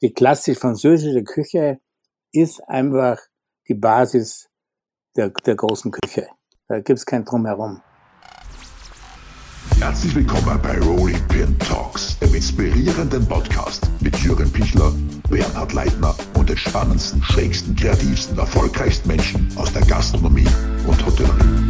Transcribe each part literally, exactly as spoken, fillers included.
die klassisch französische Küche ist einfach die Basis der, der großen Küche. Da gibt's kein Drumherum. Herzlich willkommen bei Rolling Pin Talks, dem inspirierenden Podcast mit Jürgen Pichler, Bernhard Leitner und den spannendsten, schrägsten, kreativsten, erfolgreichsten Menschen aus der Gastronomie und Hotellerie.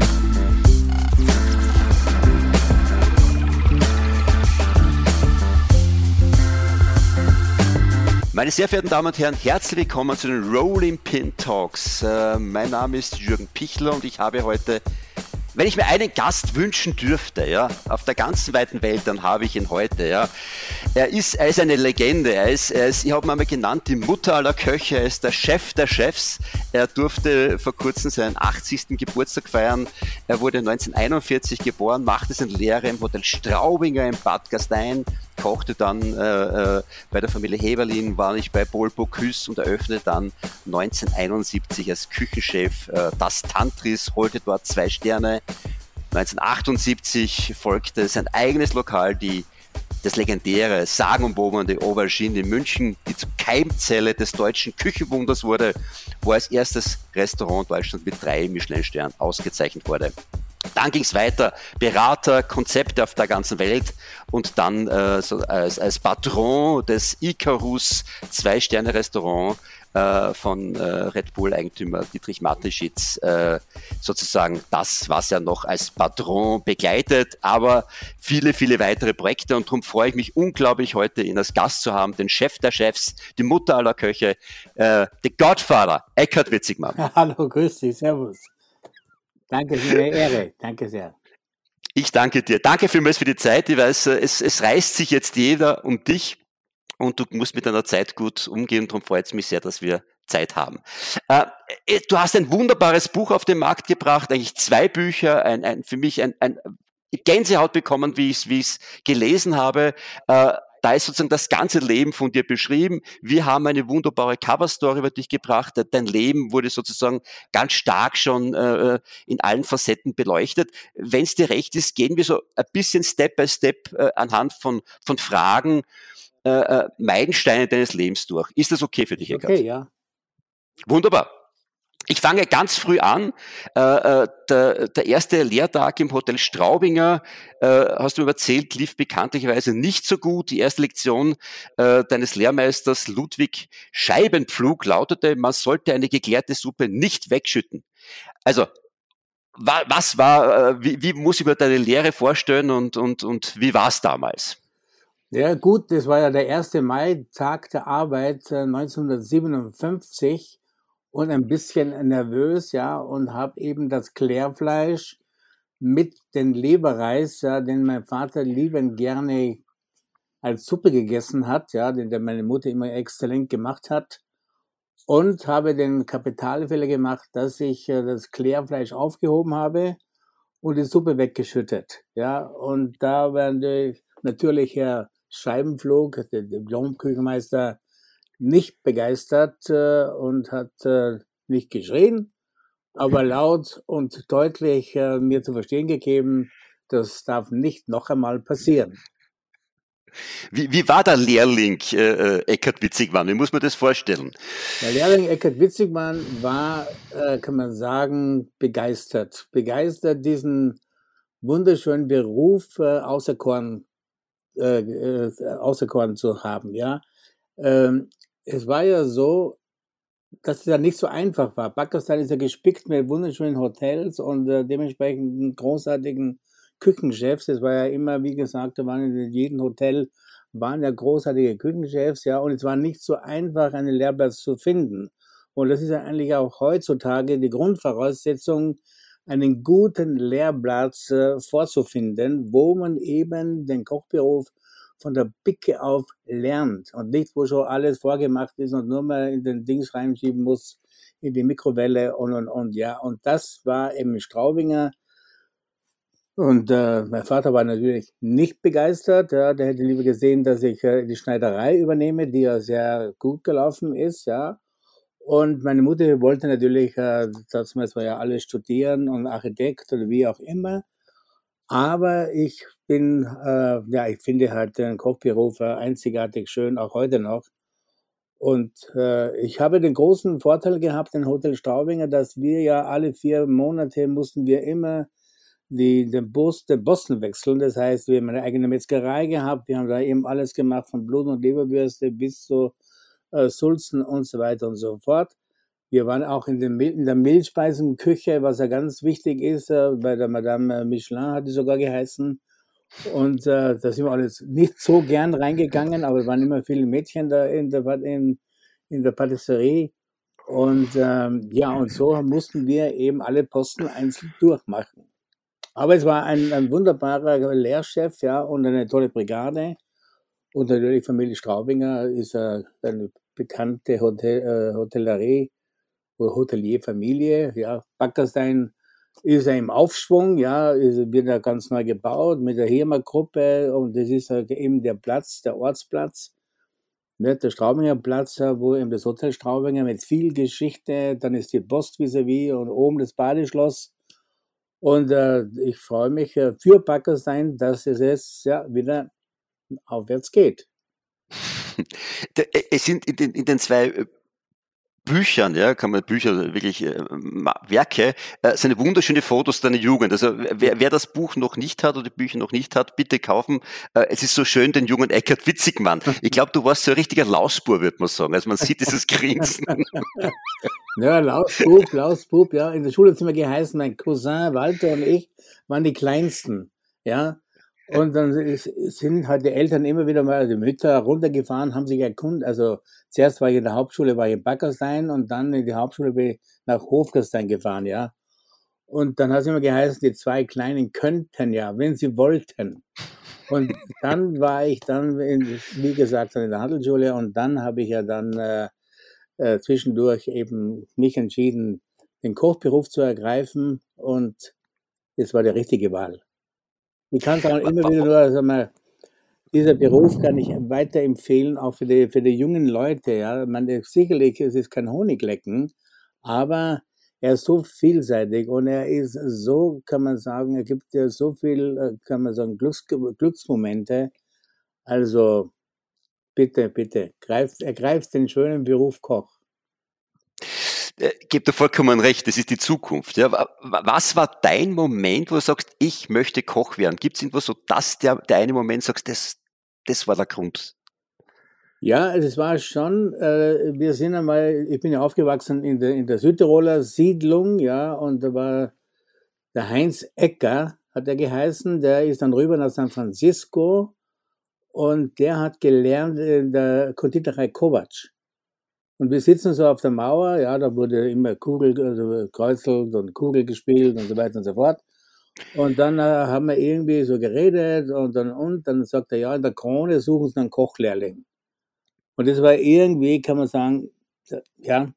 Meine sehr verehrten Damen und Herren, herzlich willkommen zu den Rolling Pin Talks. Äh, mein Name ist Jürgen Pichler und ich habe heute, wenn ich mir einen Gast wünschen dürfte, ja, auf der ganzen weiten Welt, dann habe ich ihn heute, ja. Er ist, er ist eine Legende, er ist, er ist, ich habe ihn einmal genannt, die Mutter aller Köche, er ist der Chef der Chefs. Er durfte vor kurzem seinen achtzigsten Geburtstag feiern. Er wurde neunzehnhunderteinundvierzig geboren, machte seine Lehre im Hotel Straubinger in Bad Gastein, kochte dann äh, äh, bei der Familie Heberlin, war nicht bei Paul Bocuse und eröffnete dann neunzehnhunderteinundsiebzig als Küchenchef äh, das Tantris, holte dort zwei Sterne. neunzehnhundertachtundsiebzig folgte sein eigenes Lokal, die das legendäre, sagenumwobene Aubergine in München, die zur Keimzelle des deutschen Küchenwunders wurde, wo als erstes Restaurant Deutschland mit drei Michelin-Sternen ausgezeichnet wurde. Dann ging es weiter, Berater, Konzepte auf der ganzen Welt und dann äh, so als, als Patron des Icarus Zwei-Sterne-Restaurant äh, von äh, Red Bull-Eigentümer Dietrich Mateschitz äh, sozusagen das, was er noch als Patron begleitet, aber viele, viele weitere Projekte und darum freue ich mich unglaublich, heute ihn als Gast zu haben, den Chef der Chefs, die Mutter aller Köche, äh, the Godfather, Eckhard Witzigmann. Hallo, grüß dich, servus. Danke, es ist eine Ehre. Danke sehr. Ich danke dir. Danke vielmals für die Zeit. Ich weiß, es, es reißt sich jetzt jeder um dich und du musst mit deiner Zeit gut umgehen. Darum freut es mich sehr, dass wir Zeit haben. Äh, du hast ein wunderbares Buch auf den Markt gebracht, eigentlich zwei Bücher, ein, ein, für mich ein, ein Gänsehaut bekommen, wie ich es wie ich's gelesen habe. Äh, Da ist sozusagen das ganze Leben von dir beschrieben. Wir haben eine wunderbare Coverstory über dich gebracht. Dein Leben wurde sozusagen ganz stark schon äh, in allen Facetten beleuchtet. Wenn es dir recht ist, gehen wir so ein bisschen Step by Step äh, anhand von, von Fragen, äh, äh, Meilensteine deines Lebens durch. Ist das okay für dich, Eckhard? Okay, ja. Wunderbar. Ich fange ganz früh an. Äh, der, der erste Lehrtag im Hotel Straubinger, äh, hast du mir erzählt, lief bekanntlicherweise nicht so gut. Die erste Lektion äh, deines Lehrmeisters Ludwig Scheibenpflug lautete, man sollte eine geklärte Suppe nicht wegschütten. Also, wa, was war, äh, wie, wie muss ich mir deine Lehre vorstellen und, und, und wie war es damals? Ja gut, das war ja der erste Mai, Tag der Arbeit äh, neunzehnhundertsiebenundfünfzig und ein bisschen nervös, ja, und habe eben das Klärfleisch mit den Leberreis, ja, den mein Vater liebend gerne als Suppe gegessen hat, ja, den der meine Mutter immer exzellent gemacht hat, und habe den Kapitalfehler gemacht, dass ich äh, das Klärfleisch aufgehoben habe und die Suppe weggeschüttet, ja, und da war natürlich, natürlich Herr Scheibenpflug, der Diplom-Küchenmeister, nicht begeistert äh, und hat äh, nicht geschrien, aber laut und deutlich äh, mir zu verstehen gegeben, das darf nicht noch einmal passieren. Wie, wie war der Lehrling äh, Eckhard Witzigmann? Wie muss man das vorstellen? Der Lehrling Eckhard Witzigmann war, äh, kann man sagen, begeistert. Begeistert, diesen wunderschönen Beruf äh, auserkoren, äh, äh, auserkoren zu haben, ja. Ähm, es war ja so, dass es ja nicht so einfach war. Pakistan ist ja gespickt mit wunderschönen Hotels und äh, dementsprechend großartigen Küchenchefs. Es war ja immer, wie gesagt, da waren in jedem Hotel waren ja großartige Küchenchefs, ja, und es war nicht so einfach, einen Lehrplatz zu finden. Und das ist ja eigentlich auch heutzutage die Grundvoraussetzung, einen guten Lehrplatz äh, vorzufinden, wo man eben den Kochberuf von der Picke auf lernt und nicht, wo schon alles vorgemacht ist und nur mal in den Dings reinschieben muss, in die Mikrowelle und, und, und, ja. Und das war eben Straubinger. Und äh, mein Vater war natürlich nicht begeistert, ja. Der hätte lieber gesehen, dass ich äh, die Schneiderei übernehme, die ja sehr gut gelaufen ist, ja. Und meine Mutter wollte natürlich, äh, das muss man ja alles studieren und Architekt oder wie auch immer. Aber ich bin, äh, ja, ich finde halt den Kochberuf äh, einzigartig schön, auch heute noch. Und äh, ich habe den großen Vorteil gehabt in Hotel Straubinger, dass wir ja alle vier Monate mussten wir immer die, den, Bus, den Bossen wechseln. Das heißt, wir haben eine eigene Metzgerei gehabt. Wir haben da eben alles gemacht, von Blut- und Leberwürste bis zu äh, Sulzen und so weiter und so fort. Wir waren auch in, den, in der Mehlspeisenküche, was ja ganz wichtig ist. Äh, bei der Madame Michelin hat die sogar geheißen. Und äh, da sind wir alles nicht so gern reingegangen, aber es waren immer viele Mädchen da in der, in, in der Patisserie. Und ähm, ja, und so mussten wir eben alle Posten einzeln durchmachen. Aber es war ein, ein wunderbarer Lehrchef, ja, und eine tolle Brigade. Und natürlich Familie Straubinger ist äh, eine bekannte Hotel, äh, Hotellerie oder Hotelierfamilie. Ja, Backerstein ist ja im Aufschwung, ja, ist, wird ja ganz neu gebaut mit der Hirmer-Gruppe und das ist halt eben der Platz, der Ortsplatz, ne, der Straubinger Platz, wo eben das Hotel Straubinger mit viel Geschichte, dann ist die Post vis-à-vis und oben das Badeschloss. Und äh, ich freue mich äh, für Backerstein, dass es jetzt ja wieder aufwärts geht. Es sind in den, in den zwei Büchern, ja, kann man Bücher wirklich äh, Werke, äh, sind wunderschöne Fotos deiner Jugend. Also wer, wer das Buch noch nicht hat oder die Bücher noch nicht hat, bitte kaufen. Äh, es ist so schön, den jungen Eckhard Witzigmann. Ich glaube, du warst so ein richtiger Lausbub, würde man sagen. Also man sieht dieses Grinsen. Ja, Lausbub, Lausbub, ja. In der Schule hat es immer geheißen, mein Cousin Walter und ich waren die Kleinsten, ja. Und dann sind halt die Eltern immer wieder mal, die Mütter runtergefahren, haben sich erkundet. Also zuerst war ich in der Hauptschule, war ich in Backerstein und dann in die Hauptschule bin ich nach Hofgastein gefahren, ja. Und dann hat es immer geheißen, die zwei Kleinen könnten ja, wenn sie wollten. Und dann war ich dann, in, wie gesagt, in der Handelsschule und dann habe ich ja dann äh, äh, zwischendurch eben mich entschieden, den Kochberuf zu ergreifen und das war die richtige Wahl. Ich kann es auch immer wieder nur, also mal, dieser Beruf kann ich weiterempfehlen, auch für die, für die jungen Leute. Ja. Man, sicherlich es ist kein Honiglecken, aber er ist so vielseitig und er ist so, kann man sagen, er gibt ja so viel, kann man sagen, Glücks, Glücksmomente. Also bitte, bitte, greift, ergreift den schönen Beruf Koch. Gebt dir vollkommen recht, das ist die Zukunft. Ja, was war dein Moment, wo du sagst, ich möchte Koch werden? Gibt es irgendwo so, dass der, der eine Moment sagst, das, das war der Grund? Ja, also es war schon, äh, wir sind einmal, ich bin ja aufgewachsen in der, in der Südtiroler Siedlung, ja, und da war der Heinz Ecker, hat er geheißen, der ist dann rüber nach San Francisco und der hat gelernt in der Konditorei Kovac. Und wir sitzen so auf der Mauer, ja, da wurde immer Kugel, also kreuzelt und Kugel gespielt und so weiter und so fort. Und dann äh, haben wir irgendwie so geredet und dann, und dann sagt er, ja, in der Krone suchen sie einen Kochlehrling. Und das war irgendwie, kann man sagen, ja,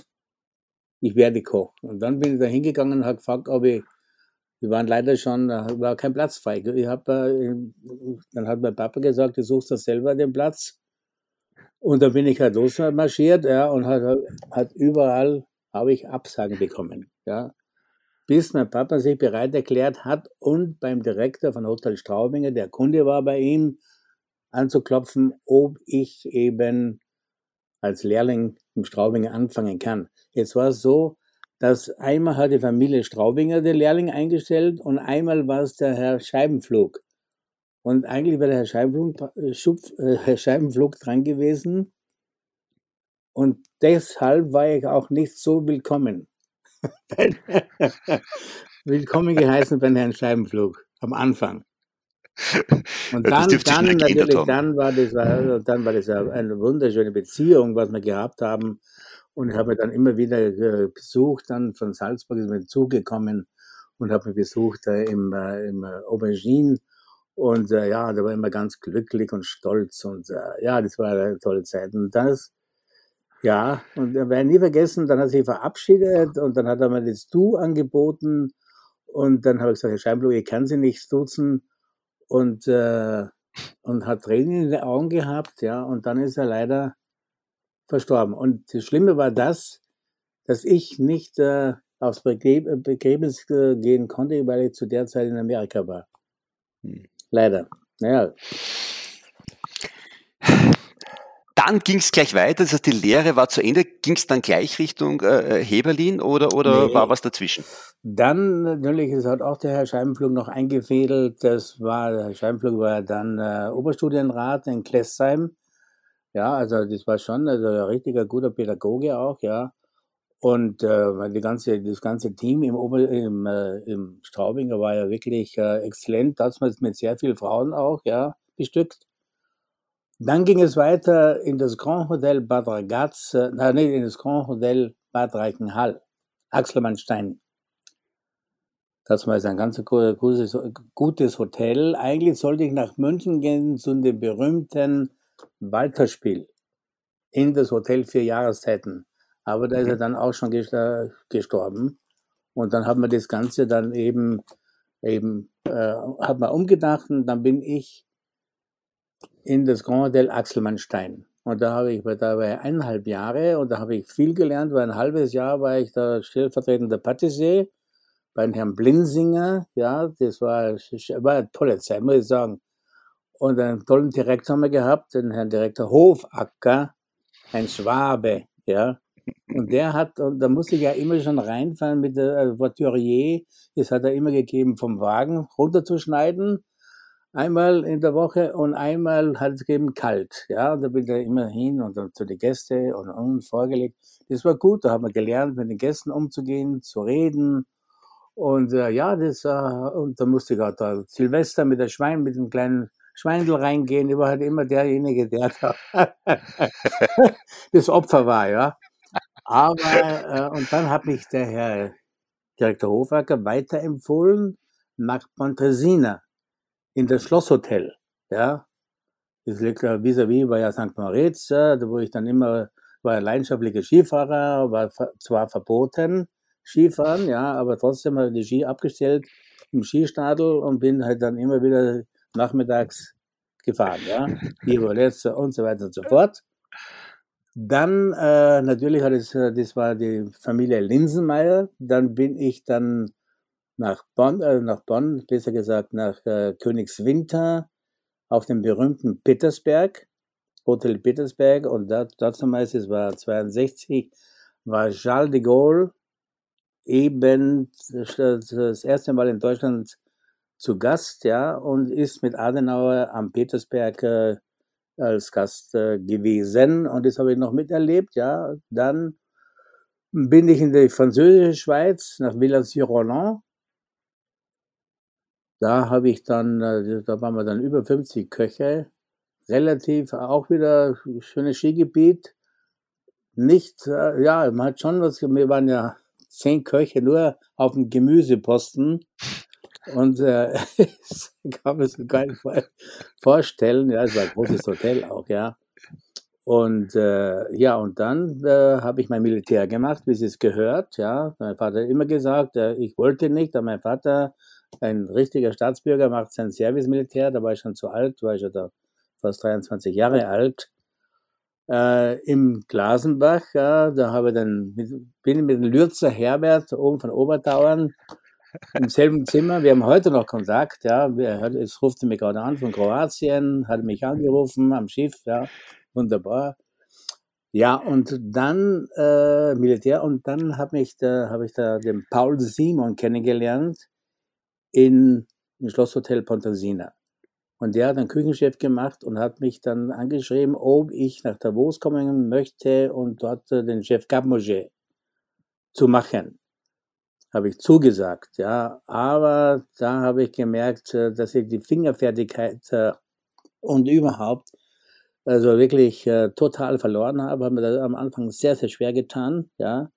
ich werde Koch. Und dann bin ich da hingegangen und habe gefragt, ob ich, wir waren leider schon, da war kein Platz frei. Ich hab, äh, dann hat mein Papa gesagt, du suchst da selber den Platz. Und dann bin ich halt losmarschiert, ja, und hat, hat überall, habe ich Absagen bekommen, ja. Bis mein Papa sich bereit erklärt hat und beim Direktor von Hotel Straubinger, der Kunde war bei ihm, anzuklopfen, ob ich eben als Lehrling im Straubinger anfangen kann. Jetzt war es so, dass einmal hat die Familie Straubinger den Lehrling eingestellt und einmal war es der Herr Scheibenflug. Und eigentlich wäre der Herr Scheibenflug, Schupf, äh, Herr Scheibenflug dran gewesen. Und deshalb war ich auch nicht so willkommen. Willkommen geheißen beim Herrn Scheibenflug am Anfang. Und dann, dann natürlich, dann war das, dann war das eine wunderschöne Beziehung, was wir gehabt haben. Und ich habe mich dann immer wieder besucht, dann von Salzburg ist mir zugekommen und habe mich besucht äh, im, äh, im Aubergine. Und äh, ja, da war ich immer ganz glücklich und stolz. Und äh, ja, das war eine tolle Zeit. Und das, ja, und er werde nie vergessen, dann hat er sich verabschiedet und dann hat er mir das Du angeboten. Und dann habe ich gesagt, Herr Scheibenflug, ich kann Sie nicht duzen. Und, äh, und hat Tränen in den Augen gehabt, ja, und dann ist er leider verstorben. Und das Schlimme war das, dass ich nicht äh, aufs Begräbnis äh, gehen konnte, weil ich zu der Zeit in Amerika war. Hm. Leider. Naja. dann ging es gleich weiter, das heißt, die Lehre war zu Ende. Ging es dann gleich Richtung äh, Heberlin oder, oder Nee. war was dazwischen? Dann natürlich, es hat auch der Herr Scheibenflug noch eingefädelt. Das war, der Herr Scheibenflug war dann äh, Oberstudienrat in Klessheim. Ja, also das war schon also ein richtiger guter Pädagoge auch, ja. Und äh, die ganze, das ganze Team im, Ober, im, äh, im Straubinger war ja wirklich äh, exzellent. Das mit sehr vielen Frauen auch, ja, bestückt. Dann ging es weiter in das Grand Hotel Bad Ragaz, äh, nein, nicht in das Grand Hotel Bad Reichenhall, Axelmannstein. Das war ein ganz gutes, gutes Hotel. Eigentlich sollte ich nach München gehen zu dem berühmten Walterspiel in das Hotel Vier Jahreszeiten. Aber da ist er dann auch schon gestorben. Und dann hat man das Ganze dann eben, eben äh, hat man umgedacht und dann bin ich in das Grand Hotel Axelmannstein. Und da habe ich, da war ich eineinhalb Jahre und da habe ich viel gelernt, weil ein halbes Jahr war ich da stellvertretender Patissier bei Herrn Blinsinger. Ja, das war, war eine tolle Zeit, muss ich sagen. Und einen tollen Direktor haben wir gehabt, den Herrn Direktor Hofacker, ein Schwabe, ja. Und der hat, und da musste ich ja immer schon reinfahren mit der Voiturier, das hat er immer gegeben, vom Wagen runterzuschneiden, einmal in der Woche und einmal hat es gegeben kalt, ja. Und da bin ich immer hin und dann zu den Gästen und, und vorgelegt. Das war gut, da haben wir gelernt, mit den Gästen umzugehen, zu reden. Und äh, ja, das, äh, und da musste ich auch da Silvester mit der Schwein, mit dem kleinen Schweindel reingehen. Ich war halt immer derjenige, der da das Opfer war, ja. Aber, äh, und dann hat mich der Herr Direktor Hofacker weiterempfohlen nach Pontresina in das Schlosshotel, ja. Das liegt ja vis-à-vis bei ja Sankt Moritz, äh, da wo ich dann immer, war ein leidenschaftlicher Skifahrer, war zwar verboten, Skifahren, ja, aber trotzdem habe ich die Ski abgestellt im Skistadel und bin halt dann immer wieder nachmittags gefahren, ja, die Überletze und so weiter und so fort. Dann äh, natürlich hat es, das war die Familie Linsenmeier. Dann bin ich dann nach Bonn, äh, nach Bonn, besser gesagt nach äh, Königswinter auf dem berühmten Petersberg, Hotel Petersberg. Und da, damals, es war zweiundsechzig, war Charles de Gaulle eben das erste Mal in Deutschland zu Gast, ja, und ist mit Adenauer am Petersberg äh, als Gast äh, gewesen und das habe ich noch miterlebt, ja. Dann bin ich in die französische Schweiz nach Villars-sur-Roland. Da habe ich dann, äh, da waren wir dann über fünfzig Köche, relativ auch wieder schönes Skigebiet. Nicht, äh, ja, man hat schon was, wir waren ja zehn Köche nur auf dem Gemüseposten. Und äh, das kann man sich gar nicht vorstellen. Ja, es war ein großes Hotel auch, ja. Und äh, ja, und dann äh, habe ich mein Militär gemacht, wie es gehört. Ja, mein Vater hat immer gesagt, äh, ich wollte nicht, aber mein Vater, ein richtiger Staatsbürger, macht sein Service-Militär. Da war ich schon zu alt, war ich ja da fast dreiundzwanzig Jahre alt. Äh, Im Glasenbach, ja, da habe ich dann mit, bin ich mit dem Lürzer Herbert oben von Obertauern im selben Zimmer. Wir haben heute noch Kontakt, ja. Es ruft mich gerade an von Kroatien, hat mich angerufen am Schiff, ja. Wunderbar. Ja, und dann äh, Militär und dann habe ich da, habe ich da den Paul Simon kennengelernt in, im Schlosshotel Pontresina. Und der hat einen Küchenchef gemacht und hat mich dann angeschrieben, ob ich nach Davos kommen möchte und dort äh, den Chef Garde-Manger zu machen. Habe ich zugesagt, ja, aber da habe ich gemerkt, dass ich die Fingerfertigkeit äh, und überhaupt also wirklich äh, total verloren habe, habe mir das am Anfang sehr, sehr schwer getan, ja,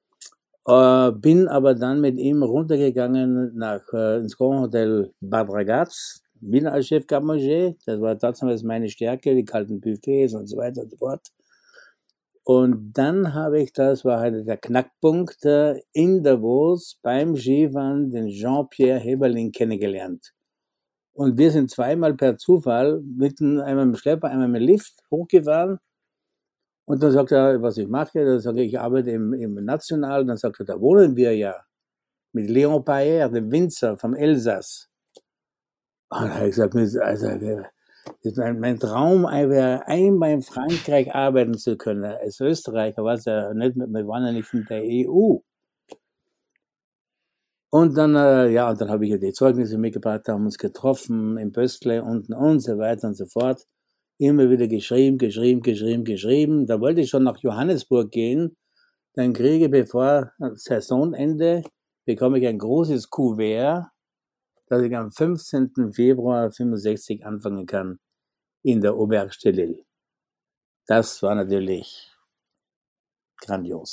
äh, bin aber dann mit ihm runtergegangen nach äh, ins Grand Hotel Bad Ragaz, wieder als Chef Garde-Manger, das war damals meine Stärke, die kalten Buffets und so weiter und so fort. Und dann habe ich, das war halt der Knackpunkt, äh, in Davos beim Skifahren den Jean-Pierre Heberlin kennengelernt. Und wir sind zweimal per Zufall mit einem, einmal mit dem Schlepper, einmal mit dem Lift hochgefahren. Und dann sagt er, was ich mache. Dann sage ich, ich arbeite im, im National. Dann sagt er, da wohnen wir ja. Mit Léon Payer, dem Winzer vom Elsass. Und dann habe ich gesagt, also, Das ist mein, mein Traum wäre, einmal in Frankreich arbeiten zu können. Als Österreicher war es ja nicht, wir waren ja nicht in der E U. Und dann, äh, ja, und dann habe ich ja die Zeugnisse mitgebracht, haben uns getroffen im Böstle unten und so weiter und so fort. Immer wieder geschrieben, geschrieben, geschrieben, geschrieben. Da wollte ich schon nach Johannesburg gehen. Dann kriege, bevor Saisonende, bekomme ich ein großes Kuvert, dass ich am fünfzehnten Februar fünfundsechzig anfangen kann in der Auberge de Lille. Das war natürlich grandios.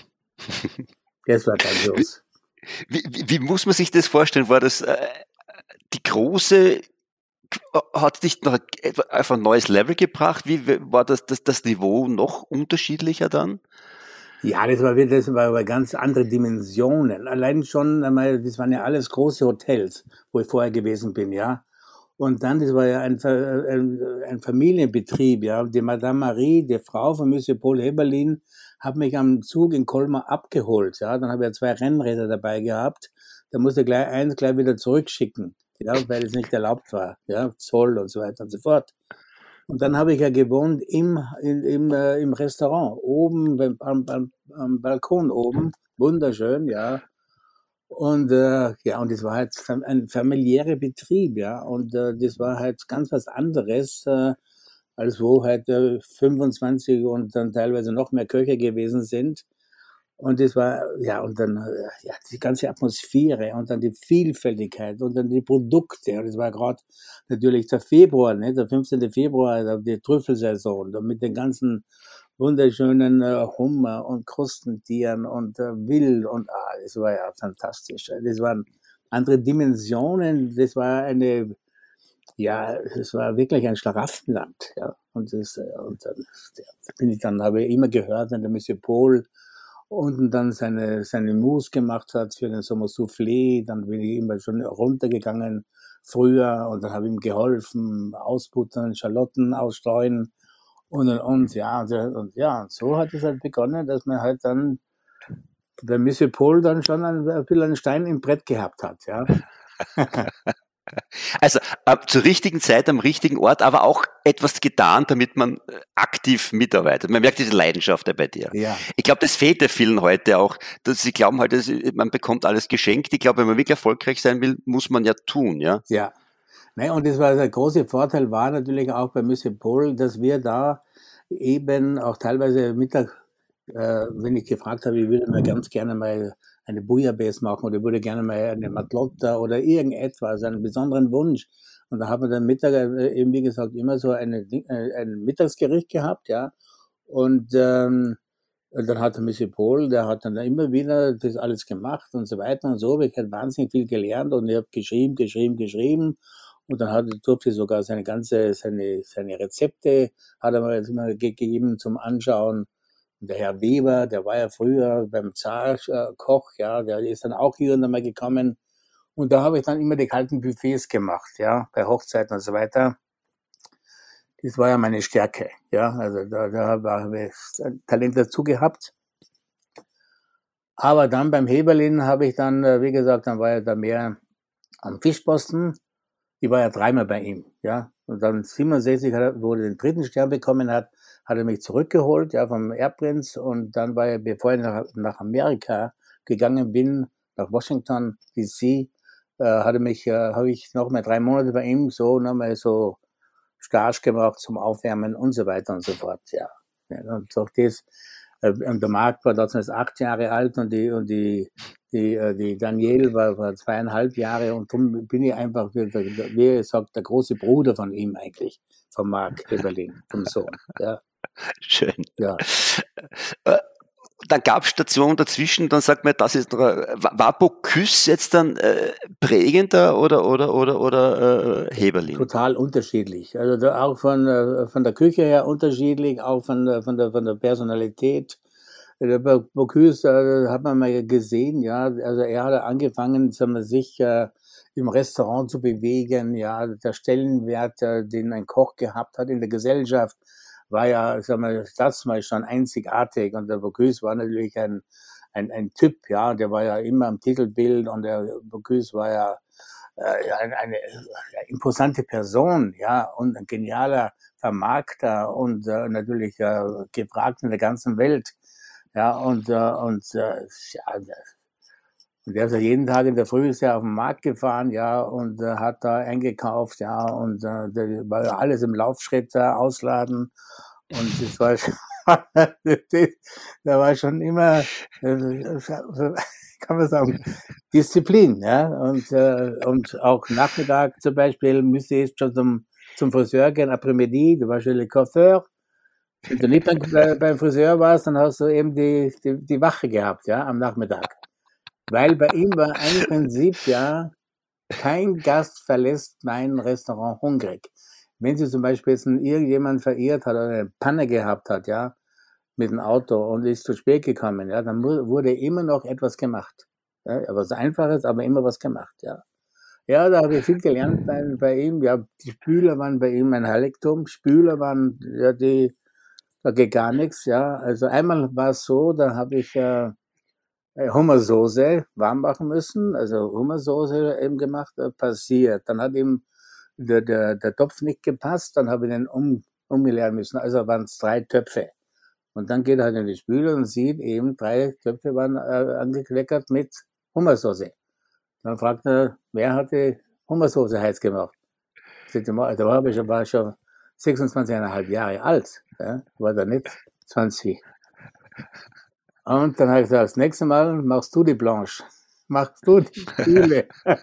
Das war grandios. Wie, wie, wie muss man sich das vorstellen? War das äh, die große, hat dich noch auf ein neues Level gebracht? Wie war das, das, das Niveau noch unterschiedlicher dann? Ja, das war, das war aber ganz andere Dimensionen. Allein schon, das waren ja alles große Hotels, wo ich vorher gewesen bin, ja. Und dann, das war ja ein, ein, ein Familienbetrieb, ja. Die Madame Marie, die Frau von Monsieur Paul Heberlin, hat mich am Zug in Colmar abgeholt, ja. Dann habe ich ja zwei Rennräder dabei gehabt. Da musste ich gleich eins gleich wieder zurückschicken, ja, weil es nicht erlaubt war, ja, Zoll und so weiter und so fort. Und dann habe ich ja gewohnt im, in, im, äh, im Restaurant, oben beim, am, am, am Balkon oben, wunderschön, ja. Und äh, ja, und das war halt ein familiärer Betrieb, ja. Und äh, das war halt ganz was anderes, äh, als wo halt äh, fünfundzwanzig und dann teilweise noch mehr Köche gewesen sind. Und das war, ja, und dann, ja, die ganze Atmosphäre und dann die Vielfältigkeit und dann die Produkte. Und das war gerade natürlich der Februar, ne, der fünfzehnten Februar, die Trüffelsaison, mit den ganzen wunderschönen äh, Hummer und Krustentieren und äh, Wild und, ah, das war ja fantastisch. Das waren andere Dimensionen, das war eine, ja, es war wirklich ein Schlaraffenland, ja. Und das, und dann bin ich dann, habe ich immer gehört, wenn der Monsieur Paul unten dann seine, seine Mousse gemacht hat für den Sommer Soufflé, dann bin ich immer schon runtergegangen früher und dann habe ich ihm geholfen, ausbuttern, Schalotten ausstreuen und und und, ja, und, und ja, und so hat es halt begonnen, dass man halt dann bei Monsieur Paul dann schon ein, ein bisschen einen Stein im Brett gehabt hat, ja. Also äh, zur richtigen Zeit am richtigen Ort, aber auch etwas getan, damit man aktiv mitarbeitet. Man merkt diese Leidenschaft bei dir. Ja. Ich glaube, das fehlt ja vielen heute auch, dass sie glauben halt, dass man bekommt alles geschenkt. Ich glaube, wenn man wirklich erfolgreich sein will, muss man ja tun, ja. Ja. Nee, und das war der große Vorteil war natürlich auch bei Monsieur Paul, dass wir da eben auch teilweise Mittag, äh, wenn ich gefragt habe, ich würde mir ganz gerne mal eine Bouillabaisse machen oder würde gerne mal eine Matlotta oder irgendetwas, einen besonderen Wunsch. Und da haben wir dann Mittag eben, wie gesagt, immer so eine, ein Mittagsgericht gehabt, ja. Und ähm, dann hat der Monsieur Paul, der hat dann immer wieder das alles gemacht und so weiter und so. Ich habe wahnsinnig viel gelernt und ich habe geschrieben, geschrieben, geschrieben. Und dann hat, durfte ich sogar seine ganze, seine, seine Rezepte hat er mir jetzt immer gegeben zum Anschauen. Und der Herr Weber, der war ja früher beim Zar-Koch, ja, der ist dann auch hier und da mal gekommen. Und da habe ich dann immer die kalten Buffets gemacht, ja, bei Hochzeiten und so weiter. Das war ja meine Stärke, ja, also da, da habe ich Talent dazu gehabt. Aber dann beim Heberlin habe ich dann, wie gesagt, dann war ich da mehr am Fischposten. Ich war ja dreimal bei ihm, ja. Und dann siebenundsechzig, wo er den dritten Stern bekommen hat, hat er mich zurückgeholt, ja, vom Erbprinz. Und dann war er, bevor ich nach, nach Amerika gegangen bin, nach Washington D C, äh, hatte mich, äh, habe ich noch mal drei Monate bei ihm so nochmal so Stage gemacht zum Aufwärmen und so weiter und so fort, ja. Ja, und durch das, äh, und der Marc war damals acht Jahre alt und die, und die, die, äh, die Danielle war, war zweieinhalb Jahre und darum bin ich einfach, wie, wie er sagt, der große Bruder von ihm eigentlich, von Marc Heberlin, vom Sohn, ja. Schön. Ja. Dann gab es Stationen dazwischen, dann sagt man, das ist noch, war Bocuse jetzt dann äh, prägender oder oder oder oder äh, Heberlin? Total unterschiedlich. Also da auch von äh, von der Küche her unterschiedlich, auch von äh, von der von der Personalität. Der Bocuse äh, hat man mal gesehen, ja. Also er hat angefangen, sagen wir, sich äh, im Restaurant zu bewegen, ja. Der Stellenwert, äh, den ein Koch gehabt hat in der Gesellschaft, war ja, sagen wir, das mal schon einzigartig. Und der Bocuse war natürlich ein, ein, ein Typ, ja, der war ja immer am Titelbild und der Bocuse war ja äh, eine, eine äh, imposante Person, ja, und ein genialer Vermarkter und äh, natürlich äh, gefragt in der ganzen Welt, ja, und, äh, und äh, ja, und der ist ja jeden Tag in der Früh ist ja auf den Markt gefahren, ja, und äh, hat da eingekauft, ja, und äh, da war ja alles im Laufschritt da ausladen. Und das war schon, da war schon immer, äh, kann man sagen, Disziplin, ja. Und, äh, und auch Nachmittag zum Beispiel müsste ich schon zum, zum Friseur gehen, après-midi, du warst le Coiffeur. Wenn du nicht beim, beim Friseur warst, dann hast du eben die, die, die Wache gehabt, ja, am Nachmittag. Weil bei ihm war ein Prinzip, ja, kein Gast verlässt mein Restaurant hungrig. Wenn sie zum Beispiel jetzt irgendjemand verirrt hat oder eine Panne gehabt hat, ja, mit dem Auto und ist zu spät gekommen, ja, dann wurde immer noch etwas gemacht. Ja, was Einfaches, aber immer was gemacht, ja. Ja, da habe ich viel gelernt bei, bei ihm. Ja, die Spüler waren bei ihm ein Heiligtum. Spüler waren, ja, die, da geht gar nichts, ja. Also einmal war es so, da habe ich äh, Hummersoße warm machen müssen, also Hummersoße eben gemacht, äh, passiert. Dann hat ihm der, der, der Topf nicht gepasst, dann habe ich den um, umgeleert müssen. Also waren es drei Töpfe. Und dann geht er halt in die Spüle und sieht eben, drei Töpfe waren äh, angekleckert mit Hummersoße. Dann fragt er, wer hat die Hummersoße heiß gemacht? Da war ich schon, war ich schon sechsundzwanzig Komma fünf Jahre alt, ja? War da nicht zwanzig. Und dann habe ich gesagt, das nächste Mal machst du die Blanche, machst du die Spüle.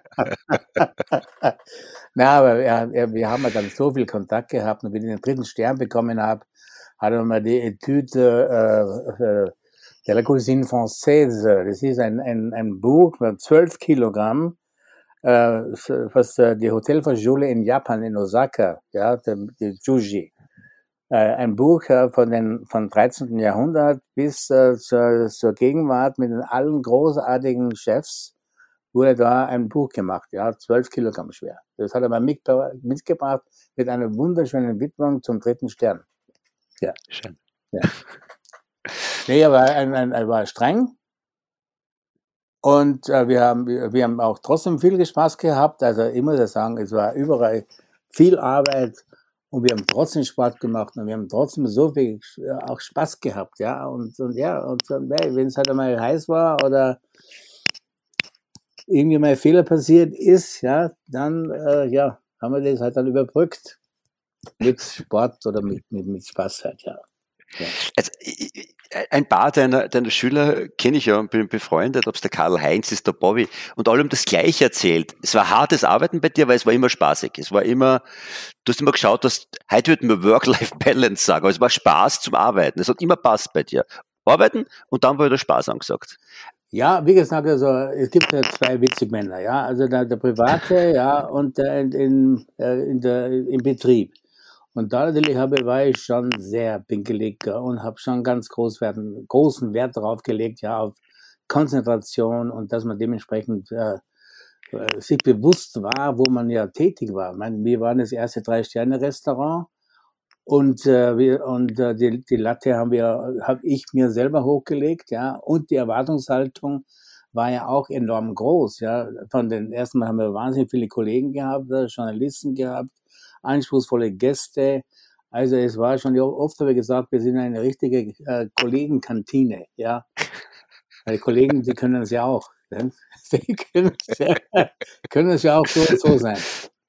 Na, aber er, er, wir haben ja dann so viel Kontakt gehabt und wie ich den dritten Stern bekommen habe, hat er mal die Étude äh, de la Cuisine Française, das ist ein, ein, ein Buch mit zwölf Kilogramm, äh, was äh, die Hotelfachschule in Japan, in Osaka, ja, die, die Juji, äh, ein Buch äh, von den, von dreizehnten Jahrhundert bis äh, zur, zur Gegenwart mit den allen großartigen Chefs, wurde da ein Buch gemacht, ja, zwölf Kilogramm schwer. Das hat er mal mit, mitgebracht mit einer wunderschönen Widmung zum dritten Stern. Ja. Schön. Ja. Nee, er war, ein, ein, er war streng und äh, wir, haben, wir, wir haben auch trotzdem viel Spaß gehabt. Also ich muss ja sagen, es war überall viel Arbeit und wir haben trotzdem Sport gemacht und wir haben trotzdem so viel äh, auch Spaß gehabt. Ja, und, und ja, und, und ja, wenn es halt einmal heiß war oder irgendwie mal ein Fehler passiert ist, ja, dann äh, ja, haben wir das halt dann überbrückt mit Sport oder mit, mit, mit Spaß halt, ja. Ja. Also, ein paar deiner, deiner Schüler kenne ich ja und bin befreundet, ob es der Karl-Heinz ist, der Bobby, und alle haben das Gleiche erzählt. Es war hartes Arbeiten bei dir, weil es war immer spaßig. Es war immer, du hast immer geschaut, dass, heute würde man Work-Life-Balance sagen, aber es war Spaß zum Arbeiten. Es hat immer Spaß bei dir. Arbeiten und dann war der Spaß angesagt. Ja, wie gesagt, also es gibt ja zwei Witzigmänner, ja, also der, der Private, ja, und der in, in, in der, im Betrieb. Und da natürlich habe, war ich schon sehr pinkelig und habe schon ganz groß Wert, großen Wert darauf gelegt, ja, auf Konzentration und dass man dementsprechend äh, sich bewusst war, wo man ja tätig war. Ich meine, wir waren das erste Drei-Sterne-Restaurant und, äh, wir, und äh, die, die Latte haben wir, habe ich mir selber hochgelegt, ja, und die Erwartungshaltung war ja auch enorm groß, ja. Von den ersten Mal haben wir wahnsinnig viele Kollegen gehabt, Journalisten gehabt, anspruchsvolle Gäste. Also es war schon, oft habe ich gesagt, wir sind eine richtige äh, Kollegenkantine, ja. Weil Kollegen, die können es ja auch. Ne? Die können es ja, können es ja auch so, so sein.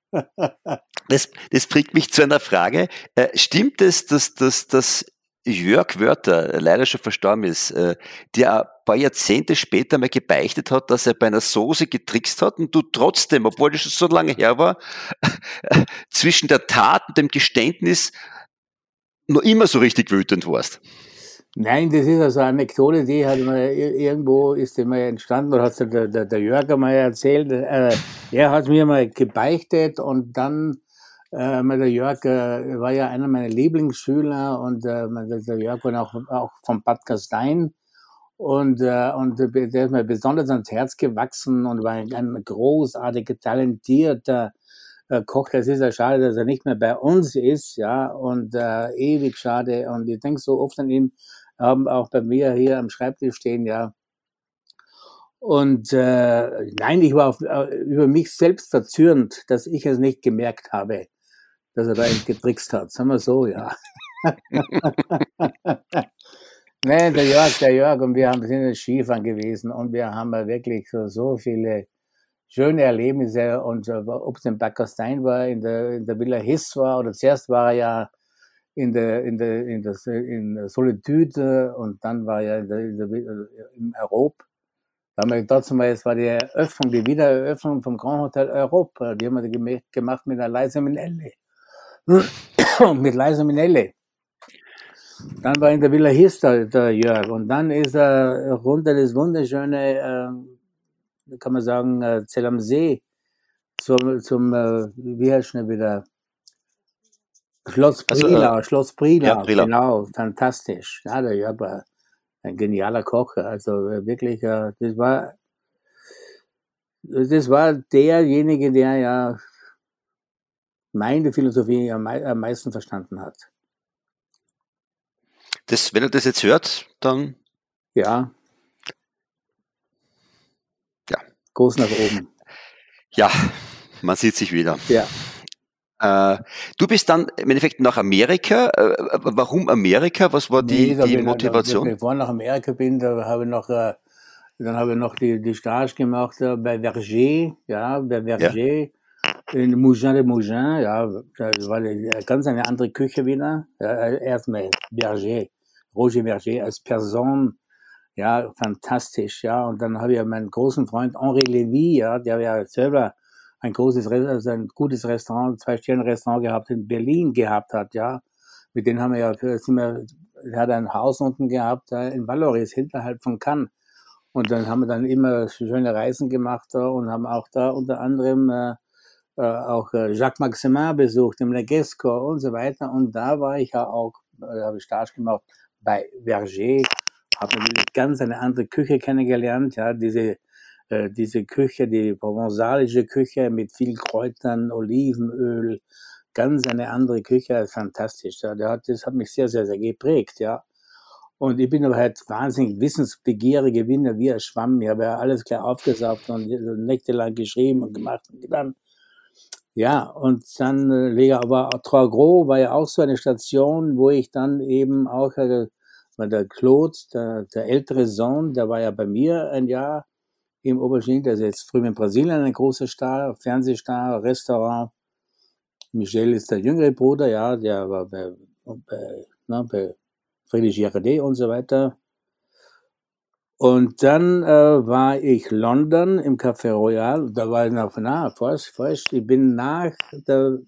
Das, das bringt mich zu einer Frage. Äh, stimmt es, dass, dass, dass Jörg Wörter, leider schon verstorben ist, äh, der ein paar Jahrzehnte später mal gebeichtet hat, dass er bei einer Soße getrickst hat und du trotzdem, obwohl das schon so lange her war, äh, zwischen der Tat und dem Geständnis noch immer so richtig wütend warst? Nein, das ist also eine Anekdote, die hat mal irgendwo ist die mal entstanden, oder hat der, der, der Jörg mal erzählt. Äh, er hat mir mal gebeichtet und dann Äh, der Jörg äh, war ja einer meiner Lieblingsschüler und äh, der Jörg war auch, auch von Bad Gastein und, äh, und der ist mir besonders ans Herz gewachsen und war ein, ein großartiger, talentierter äh, Koch. Das ist ja schade, dass er nicht mehr bei uns ist, ja, und äh, ewig schade. Und ich denke so oft an ihn, haben auch bei mir hier am Schreibtisch stehen, ja. Und äh, nein, ich war auf, äh, über mich selbst verzürnt, dass ich es nicht gemerkt habe, dass er da eben getrickst hat. Sagen wir so, ja. Nein, der Jörg, der Jörg und wir haben, sind in Skifahren gewesen und wir haben ja wirklich so, so viele schöne Erlebnisse. Und äh, ob es in Backerstein war, in der, in der Villa Hiss war, oder zuerst war er ja in der, in der, in der, in der Solitude und dann war er in der, in der, im Europa. Da haben wir dazu mal, es war die Eröffnung, die Wiedereröffnung vom Grand Hotel Europa. Die haben wir gemacht mit einer Liza Minnelli. mit Liza Minnelli. Dann war in der Villa Hiss der, der Jörg und dann ist er runter das wunderschöne, äh, kann man sagen, äh, Zell am See zum, zum äh, wie heißt es wieder? Schloss Prila, also, äh, Schloss Prila, ja, Prila, genau, fantastisch. Ja, der Jörg war ein genialer Koch, also wirklich, äh, das war, das war derjenige, der ja meine Philosophie am, am meisten verstanden hat. Das, wenn er das jetzt hört, dann... Ja. Ja. Groß nach oben. Ja, man sieht sich wieder. Ja. Äh, du bist dann im Endeffekt nach Amerika. Äh, warum Amerika? Was war die, nee, die Motivation? Da, bevor ich nach Amerika bin, da habe ich noch, äh, dann habe ich noch die, die Stage gemacht äh, bei Verger, ja, bei Verger. Ja. In Mougins de Mougins, ja, das war eine, ganz eine andere Küche wieder. Ja, erstmal Verger, Roger Verger als Person, ja, fantastisch, ja. Und dann habe ich ja meinen großen Freund Henri Lévy, ja, der ja selber ein großes, also ein gutes Restaurant, zwei Sterne Restaurant gehabt in Berlin gehabt hat, ja. Mit denen haben wir ja, sind wir, er hat ein Haus unten gehabt, in Vallauris, hinterhalb von Cannes. Und dann haben wir dann immer schöne Reisen gemacht da und haben auch da unter anderem äh, auch Jacques Maximin besucht, im Legesco und so weiter. Und da war ich ja auch, da habe ich Stage gemacht bei Verger, habe eine ganz eine andere Küche kennengelernt, ja, diese, äh, diese Küche, die provenzalische Küche mit viel Kräutern, Olivenöl, ganz eine andere Küche, fantastisch. Ja, der hat, das hat mich sehr, sehr, sehr geprägt, ja. Und ich bin aber halt wahnsinnig wissensbegieriger Gewinner, wie ein Schwamm. Ich habe ja alles gleich aufgesaugt und nächtelang geschrieben und gemacht und getan. Ja, und dann äh, aber Trois Gros war ja auch so eine Station, wo ich dann eben auch, äh, weil der Claude, der, der ältere Sohn, der war ja bei mir ein Jahr im Aubergine, der ist jetzt drüben in Brasilien ein großer Star, Fernsehstar, Restaurant. Michel ist der jüngere Bruder, ja, der war bei, bei, na, bei Friedrich Girardet und so weiter. Und dann äh, war ich London im Café Royal, da war ich noch, na, falsch, falsch, ich bin nach der,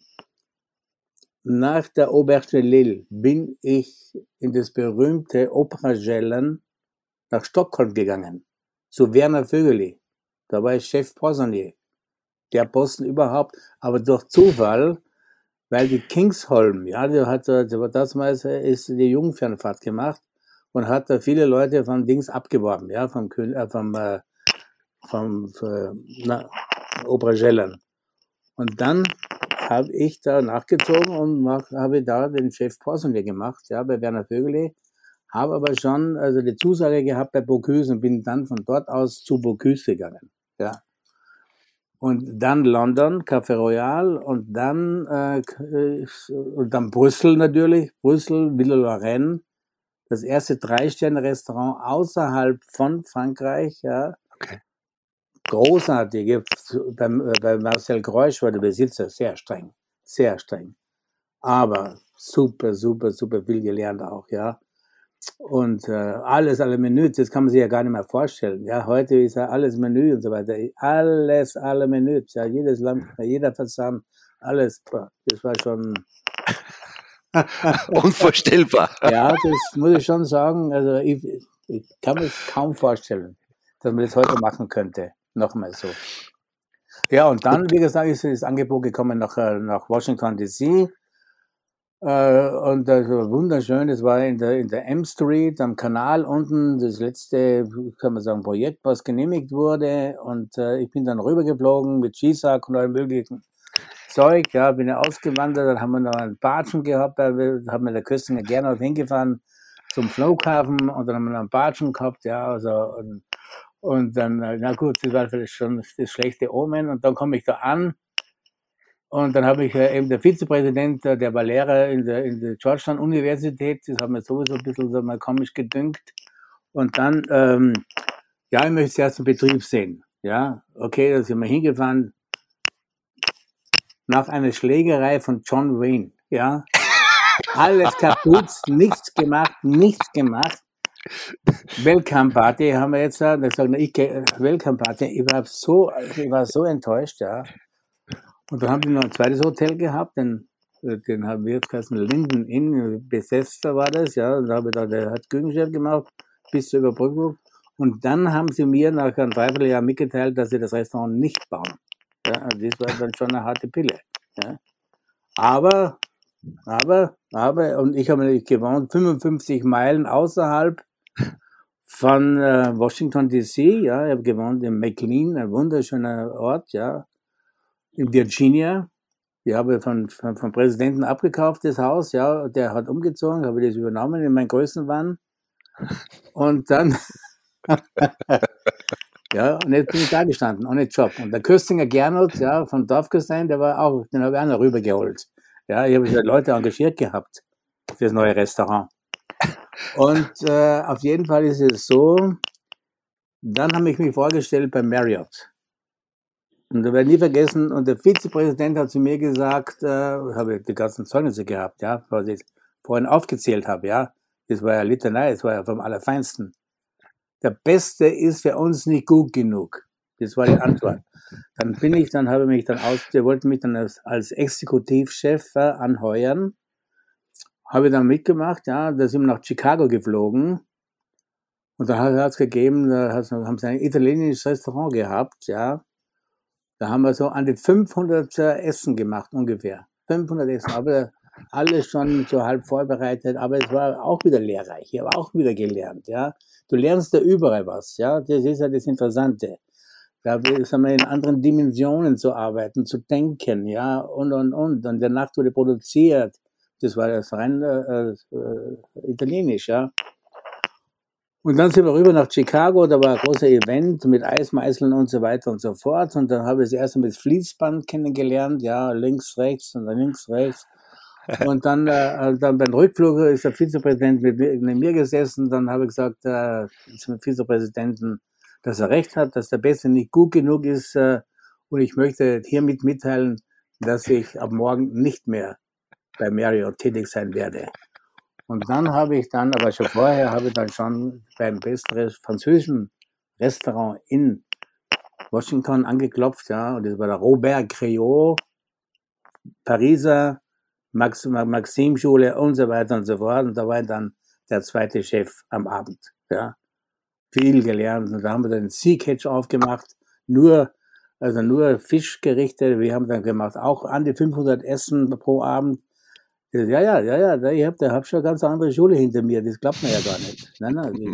nach der Auberge de Lille, bin ich in das berühmte Opera Gellen nach Stockholm gegangen, zu Werner Vögeli, da war ich Chef Poissonnier, der Posten überhaupt, aber durch Zufall, weil die Kingsholm, ja, der hat, der war damals, ist die Jungfernfahrt gemacht, und hat da viele Leute von Dings abgeworben, ja, vom äh, vom äh, vom äh, na, Opera Gellen. Und dann habe ich da nachgezogen und mach, habe da den Chef Poissonnier gemacht, ja, bei Werner Vögeli, habe aber schon also die Zusage gehabt bei Bocuse und bin dann von dort aus zu Bocuse gegangen, ja. Und dann London, Café Royal und dann äh, und dann Brüssel natürlich, Brüssel, Villa Lorraine. Das erste Drei-Sterne-Restaurant außerhalb von Frankreich, ja. Okay. Großartig. Bei, bei Marcel Greusch war der Besitzer sehr streng, sehr streng. Aber super, super, super viel gelernt auch, ja. Und äh, alles, alle Menüs, das kann man sich ja gar nicht mehr vorstellen. Ja, heute ist ja alles Menü und so weiter. Alles, alle Menüs, ja, jedes Land, jeder Versand, alles. Das war schon... Unvorstellbar. Ja, das muss ich schon sagen. Also ich, ich kann mir kaum vorstellen, dass man das heute machen könnte. Nochmal so. Ja, und dann, wie gesagt, ist das Angebot gekommen nach, nach Washington D C. Äh, und das war wunderschön. Das war in der, in der M Street am Kanal unten. Das letzte, kann man sagen, Projekt, was genehmigt wurde. Und äh, ich bin dann rübergeflogen mit Skisack und allem möglichen Zeug, ja, bin ja ausgewandert, dann haben wir noch einen Batschen gehabt, da haben wir der Köstinger gerne hingefahren zum Flughafen und dann haben wir noch einen Batschen gehabt, ja, also, und, Und dann, äh, na gut, das war vielleicht schon das schlechte Omen. Und dann komme ich da an. Und dann habe ich äh, eben der Vizepräsident, äh, der war Lehrer in der, in der Georgetown-Universität. Das hat mir sowieso ein bisschen so mal komisch gedünkt. Und dann, ähm, ja, ich möchte zuerst den Betrieb sehen. Ja, okay, da sind wir hingefahren. Nach einer Schlägerei von John Wayne. Ja, alles kaputt, nichts gemacht, nichts gemacht. Welcome Party haben wir jetzt da. Da sagen, ich gehe Welcome Party. Ich war so, ich war so enttäuscht, ja. Und dann haben die noch ein zweites Hotel gehabt, den, den haben wir jetzt geheißen Linden Inn, Bethesda war das, ja. Und da habe ich da, der hat Küchenchef gemacht, bis zur Überbrückung. Und dann haben sie mir nach einem Dreivierteljahr mitgeteilt, dass sie das Restaurant nicht bauen. Ja, also das war dann schon eine harte Pille. Ja. Aber, aber, aber, und ich habe natürlich gewohnt, fünfundfünfzig Meilen außerhalb von äh, Washington D C, ja, ich habe gewohnt in McLean, ein wunderschöner Ort, ja, in Virginia. Ich habe von, von, vom Präsidenten abgekauft, das Haus, ja, der hat umgezogen, habe das übernommen in meinen Größenwahn. Und dann, ja, und jetzt bin ich da gestanden, ohne Job. Und der Köstinger Gernot, ja, von Dorfgestein, der war auch, den habe ich auch noch rübergeholt. Ja, ich habe ja Leute engagiert gehabt für das neue Restaurant. Und äh, auf jeden Fall ist es so, dann habe ich mich vorgestellt bei Marriott. Und da werde ich nie vergessen, und der Vizepräsident hat zu mir gesagt, äh, habe ich die ganzen Zeugnisse gehabt, ja, was ich vorhin aufgezählt habe, ja. Das war ja Litanei, das war ja vom Allerfeinsten. Der Beste ist für uns nicht gut genug. Das war die Antwort. Dann bin ich, dann habe ich mich dann aus, der wollte mich dann als, als Exekutivchef äh, anheuern. Habe ich dann mitgemacht, ja, da sind wir nach Chicago geflogen. Und da hat es gegeben, da haben sie ein italienisches Restaurant gehabt, ja. Da haben wir so an die fünfhundert äh, Essen gemacht, ungefähr. fünfhundert Essen, aber alles schon so halb vorbereitet, aber es war auch wieder lehrreich. Ich habe auch wieder gelernt, ja. Du lernst da überall was, ja. Das ist ja das Interessante. Da sind wir in anderen Dimensionen zu arbeiten, zu denken, ja, und, und, und. Und der Nacht wurde produziert. Das war das rein äh, äh, italienisch, ja. Und dann sind wir rüber nach Chicago, da war ein großer Event mit Eismeißeln und so weiter und so fort. Und dann habe ich das erste Mal das Fließband kennengelernt, ja, links, rechts und dann links, rechts. Und dann, äh, dann beim Rückflug ist der Vizepräsident mit mir, mit mir gesessen. Dann habe ich gesagt äh, zum Vizepräsidenten, dass er recht hat, dass der Beste nicht gut genug ist. Äh, und ich möchte hiermit mitteilen, dass ich ab morgen nicht mehr bei Marriott tätig sein werde. Und dann habe ich dann, aber schon vorher, habe ich dann schon beim besten französischen Restaurant in Washington angeklopft, ja, und das war der Robert Créot, Pariser, Max, Maxim-Schule und so weiter und so fort. Und da war ich dann der zweite Chef am Abend, ja. Viel gelernt. Und da haben wir dann einen Sea Catch aufgemacht, nur, also nur Fischgerichte. Wir haben dann gemacht, auch an die fünfhundert Essen pro Abend. Ja, ja, ja, ja, ich habe hab schon eine ganz andere Schule hinter mir, das glaubt man ja gar nicht. Nein, nein,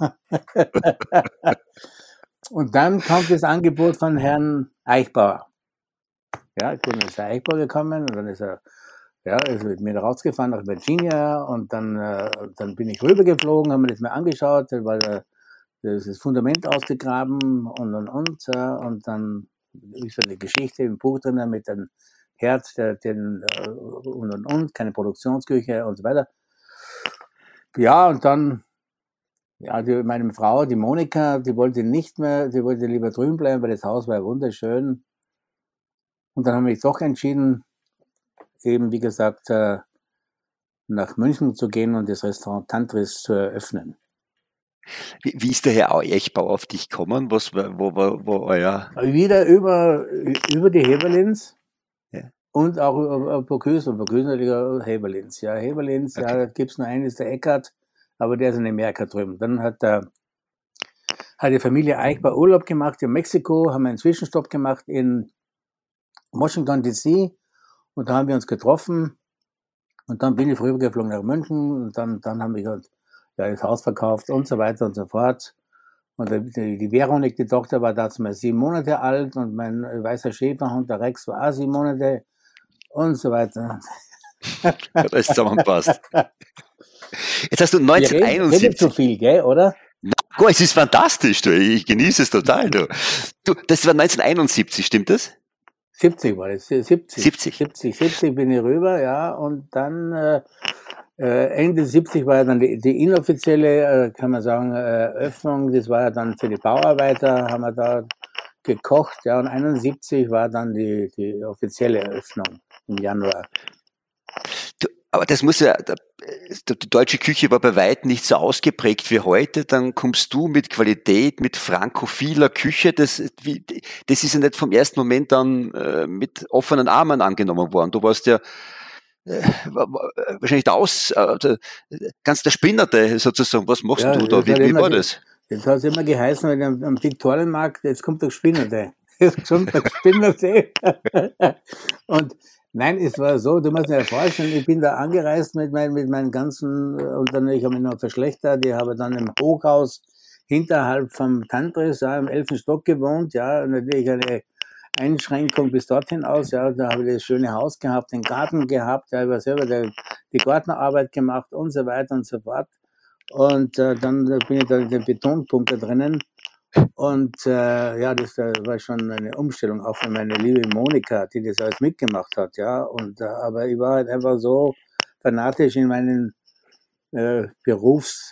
das, äh Und dann kommt das Angebot von Herrn Eichbauer. Ja, ich bin mit Herrn Eichbauer gekommen und dann ist er, ja, ist mit mir rausgefahren nach Virginia und dann, äh, dann bin ich rübergeflogen, haben mir das mal angeschaut, weil äh, das, das Fundament ausgegraben und und und, äh, und dann ist so eine Geschichte im Buch drin mit den Herd, der, den, äh, und und und, keine Produktionsküche und so weiter. Ja, und dann, ja, die, meine Frau, die Monika, die wollte nicht mehr, die wollte lieber drüben bleiben, weil das Haus war wunderschön. Und dann haben wir mich doch entschieden, eben, wie gesagt, äh, nach München zu gehen und das Restaurant Tantris zu eröffnen. Wie, wie ist der Herr Eichbauer auf dich gekommen? Was, wo, wo, wo euer... Wieder über, über die Heberlins. Und auch über Bocuse, Bocuse natürlich Heberlins. Ja, Heberlins, okay. Ja, da gibt's nur einen, ist der Eckart, aber der ist in Amerika drüben. Dann hat, der, hat die Familie Eichbauer Urlaub gemacht in Mexiko, haben einen Zwischenstopp gemacht in Washington D C und da haben wir uns getroffen und dann bin ich rübergeflogen nach München und dann, dann haben wir halt, ja, das Haus verkauft und so weiter und so fort. Und die, die Veronik, die Tochter, war damals mal sieben Monate alt und mein weißer Schäferhund, der Rex, war auch sieben Monate. Und so weiter. Alles zusammenpasst. Jetzt hast du neunzehnhunderteinundsiebzig. Redet zu viel, gell, oder? Na, oh, es ist fantastisch, du. Ich genieße es total. Du. Du, das war neunzehnhunderteinundsiebzig, stimmt das? siebzig war das, siebzig. siebzig. siebzig, siebzig bin ich rüber, ja, und dann äh, Ende siebzig war ja dann die, die inoffizielle, äh, kann man sagen, Eröffnung, das war ja dann für die Bauarbeiter, haben wir da gekocht, ja, und einundsiebzig war dann die, die offizielle Eröffnung im Januar. Du, aber das muss ja, die deutsche Küche war bei weitem nicht so ausgeprägt wie heute, dann kommst du mit Qualität, mit frankophiler Küche, das, das ist ja nicht vom ersten Moment an äh, mit offenen Armen angenommen worden. Du warst ja äh, wahrscheinlich der Aus, äh, der, ganz der Spinnerte sozusagen. Was machst ja, du da? Wie, wie war das? Jetzt hat es immer geheißen, wenn am, am Viktualienmarkt, jetzt kommt der Spinnerte. Jetzt kommt der Spinnerte. Und nein, es war so, du musst dir ja vorstellen, ich bin da angereist mit, mein, mit meinen ganzen, und dann ich habe mich noch verschlechtert, ich habe dann im Hochhaus hinterhalb vom Tantris, ja, im elften Stock gewohnt, ja, und natürlich eine Einschränkung bis dorthin aus, ja, da habe ich das schöne Haus gehabt, den Garten gehabt, ja, ich habe selber der, die Gartenarbeit gemacht und so weiter und so fort. Und äh, dann bin ich da in den Betonbunker drinnen. Und äh, ja, das äh, war schon eine Umstellung, auch für meine liebe Monika, die das alles mitgemacht hat, ja. Und äh, aber ich war halt einfach so fanatisch in meinen äh, Berufs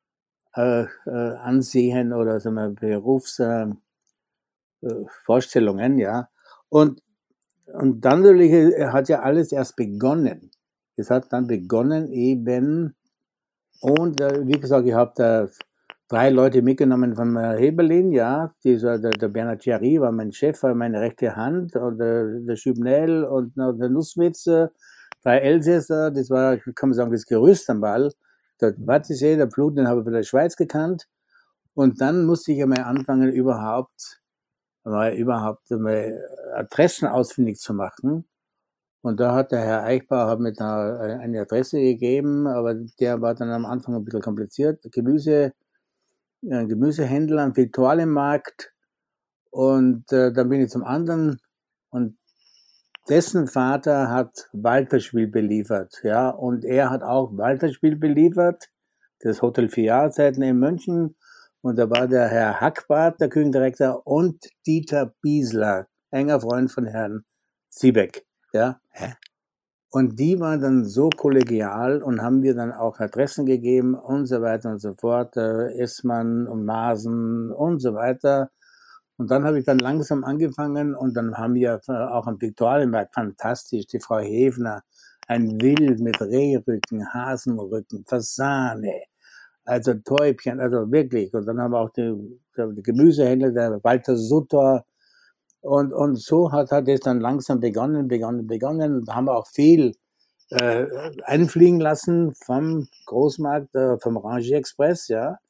äh, äh, Ansehen oder sagen wir, Berufs äh, äh, Vorstellungen, ja. Und und dann natürlich hat ja alles erst begonnen. Es hat dann begonnen eben, und äh, wie gesagt, ich habe da drei Leute mitgenommen von Heberlin, ja, dieser, der, der Bernhard Thierry war mein Chef, war meine rechte Hand, und der, der Schübnell und der Nusswitz, drei Elsässer, das war, kann man sagen, das Gerüst am Ball. Der Wattisee, der Pflug, den habe ich von der Schweiz gekannt, und dann musste ich einmal anfangen, überhaupt, mal überhaupt mal Adressen ausfindig zu machen. Und da hat der Herr Eichbauer hat mir da eine Adresse gegeben, aber der war dann am Anfang ein bisschen kompliziert. Gemüse, ein Gemüsehändler am Viktualienmarkt, und äh, dann bin ich zum anderen, und dessen Vater hat Walterspiel beliefert, ja, und er hat auch Walterspiel beliefert, das Hotel vier Jahreszeiten in München, und da war der Herr Hackbart, der Küchendirektor, und Dieter Biesler, enger Freund von Herrn Siebeck, ja. Hä? Und die waren dann so kollegial und haben mir dann auch Adressen gegeben und so weiter und so fort, äh, Essmann und Masen und so weiter. Und dann habe ich dann langsam angefangen, und dann haben wir auch am Viktualienmarkt fantastisch, die Frau Hefner, ein Wild mit Rehrücken, Hasenrücken, Fasane, also Täubchen, also wirklich. Und dann haben wir auch die, die Gemüsehändler, der Walter Sutter. Und, und so hat, hat es dann langsam begonnen, begonnen, begonnen. Da haben wir auch viel äh, einfliegen lassen vom Großmarkt, äh, vom Rangier Express, ja.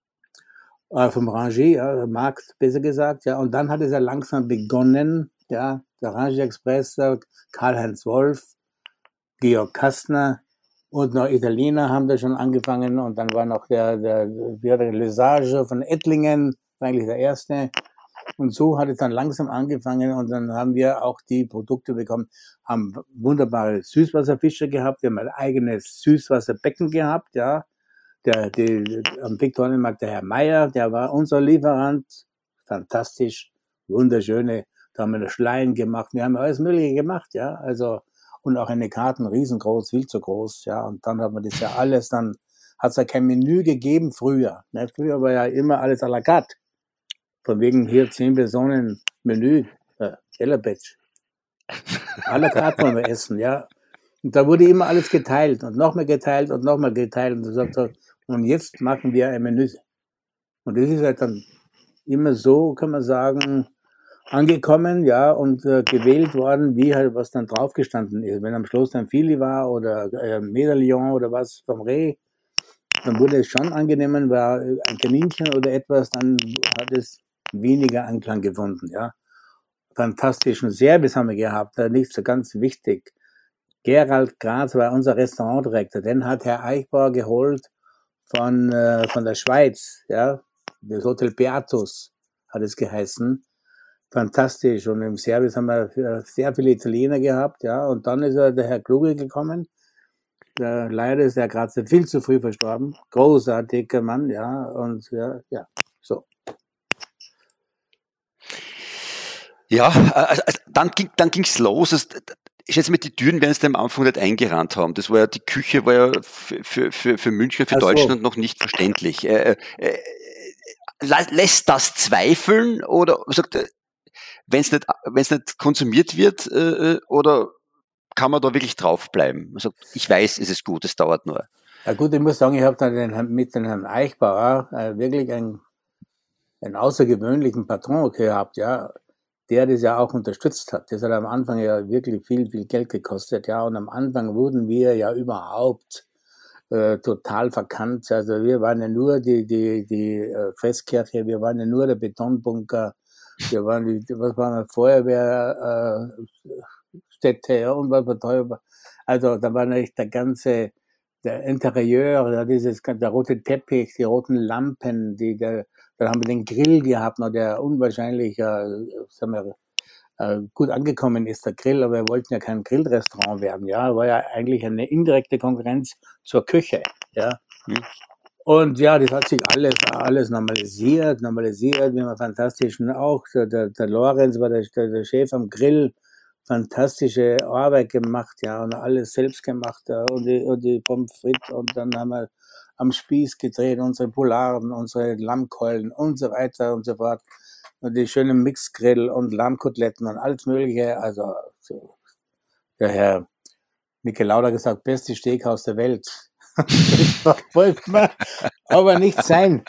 Äh, vom Rangier, ja, Markt, besser gesagt, ja. Und dann hat es ja langsam begonnen, ja. Der Rangier Express, äh, Karl-Heinz Wolf, Georg Kastner und noch Italiener haben da schon angefangen. Und dann war noch der, der, der Lesage von Ettlingen, war eigentlich der erste. Und so hat es dann langsam angefangen, und dann haben wir auch die Produkte bekommen, haben wunderbare Süßwasserfische gehabt, wir haben ein eigenes Süßwasserbecken gehabt, ja. Der, die, am Viktualienmarkt der Herr Meier, der war unser Lieferant, fantastisch, wunderschöne, da haben wir eine Schleien gemacht, wir haben alles Mögliche gemacht, ja, also, und auch eine Karten, riesengroß, viel zu groß, ja, und dann hat man das ja alles, dann hat es ja kein Menü gegeben früher, ne? Früher war ja immer alles à la carte. Von wegen hier zehn Personen Menü, äh, Tellerbatch. À la carte wollen wir essen, ja. Und da wurde immer alles geteilt und nochmal geteilt und nochmal geteilt. Und, sagt so, und jetzt machen wir ein Menü. Und das ist halt dann immer so, kann man sagen, angekommen, ja, und äh, gewählt worden, wie halt was dann draufgestanden ist. Wenn am Schluss dann Fili war oder äh, Medaillon oder was vom Reh, dann wurde es schon angenommen, war ein Kaninchen oder etwas, dann hat es weniger Anklang gefunden, ja. Fantastischen Service haben wir gehabt, da nicht so ganz wichtig. Gerald Graz war unser Restaurantdirektor, den hat Herr Eichbauer geholt von, äh, von der Schweiz, ja. Das Hotel Beatus hat es geheißen. Fantastisch. Und im Service haben wir sehr viele Italiener gehabt, ja. Und dann ist er der Herr Kluge gekommen. äh, leider ist der Grazer viel zu früh verstorben. Großartiger Mann, ja, und ja, ja, so. Ja, also, also dann ging dann ging's los. Es, ich schätze mit die Türen werden es am Anfang nicht eingerannt haben. Das war ja, die Küche war ja für, für, für München, für Ach so. Deutschland noch nicht verständlich. Äh, äh, lässt das zweifeln oder sagt, wenn es nicht, wenn es nicht konsumiert wird, äh, oder kann man da wirklich draufbleiben? Also ich weiß, es ist gut, es dauert nur. Ja gut, ich muss sagen, ich habe dann den, mit dem Herrn Eichbauer äh, wirklich einen, einen außergewöhnlichen Patron gehabt, ja, der das ja auch unterstützt hat. Das hat am Anfang ja wirklich viel, viel Geld gekostet, ja, und am Anfang wurden wir ja überhaupt äh, total verkannt. Also wir waren ja nur die, die, die äh, Festkirche, wir waren ja nur der Betonbunker, wir waren die, was waren wir, Feuerwehrstätte, äh, ja, und was war teuer. Also da war nicht der ganze, der Interieur, ja, dieses, der rote Teppich, die roten Lampen, die, der, dann haben wir den Grill gehabt, noch der unwahrscheinlich, äh, sagen wir, äh, gut angekommen ist, der Grill, aber wir wollten ja kein Grillrestaurant werden, ja, war ja eigentlich eine indirekte Konkurrenz zur Küche, ja. Hm. Und ja, das hat sich alles, alles normalisiert, normalisiert, wir haben fantastischen auch, der, der, der Lorenz war der, der, der Chef am Grill, fantastische Arbeit gemacht, ja, und alles selbst gemacht, ja, und die, und die Pommes frites, und dann haben wir am Spieß gedreht, unsere Polaren, unsere Lammkeulen und so weiter und so fort, und die schönen Mixgrill und Lammkoteletten und alles mögliche, also, so. Der Herr Niki Lauda gesagt, beste Steakhouse der Welt. Das wollte man aber nicht sein.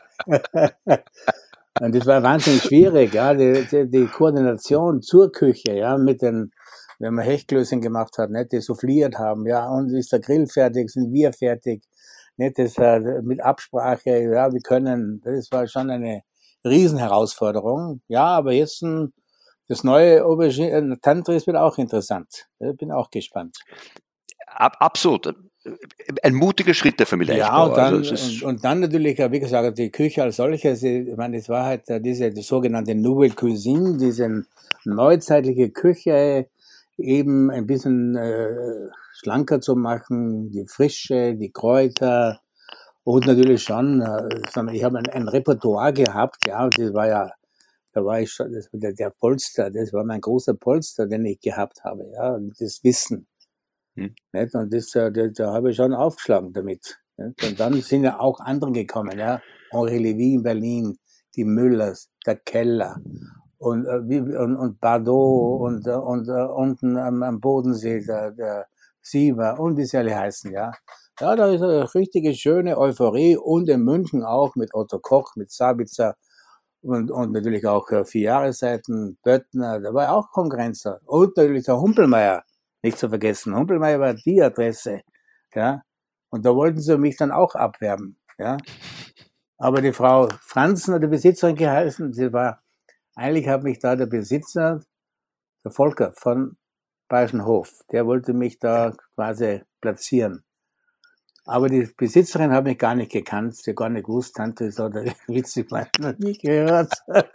Und das war wahnsinnig schwierig, ja, die, die, die Koordination zur Küche, ja, mit den, wenn man Hechtklößchen gemacht hat, nicht, die souffliert haben, ja, und ist der Grill fertig, sind wir fertig, nicht, das äh, mit Absprache, ja, wir können, das war schon eine Riesenherausforderung, ja, aber jetzt ein, das neue Aubergine, Tantris wird auch interessant, ich bin auch gespannt. Ab, absolut. Ein mutiger Schritt der Familie Ja, Eichbauer. und dann, also und, und dann natürlich, wie gesagt, die Küche als solches, ich meine, es war halt diese die sogenannte Nouvelle Cuisine, diese neuzeitliche Küche, eben ein bisschen äh, schlanker zu machen, die Frische, die Kräuter und natürlich schon, äh, ich habe ein, ein Repertoire gehabt, ja, das war ja, da war ich schon, das war der, der Polster, das war mein großer Polster, den ich gehabt habe, ja, das Wissen. Hm. Nicht? Und das, da, da habe ich schon aufgeschlagen damit. Nicht? Und dann sind ja auch andere gekommen, ja. Henri Lévy in Berlin, die Müllers, der Keller und, und, und Bardot und, und, und unten am, am Bodensee der, der Sieber und wie sie alle heißen, ja. Ja, da ist eine richtige schöne Euphorie und in München auch mit Otto Koch, mit Sabitzer und, und natürlich auch vier Jahreszeiten, Böttner, da war auch Konkurrenz da. Und natürlich der Humpelmeier. Nicht zu vergessen, Humpelmeier war die Adresse, ja, und da wollten sie mich dann auch abwerben, ja, aber die Frau Franzen hat die Besitzerin geheißen, sie war, eigentlich hat mich da der Besitzer, der Volker von Bayerischen Hof, der wollte mich da quasi platzieren, aber die Besitzerin hat mich gar nicht gekannt, die gar nicht gewusst, Tante ist oder witzig, man noch nie gehört.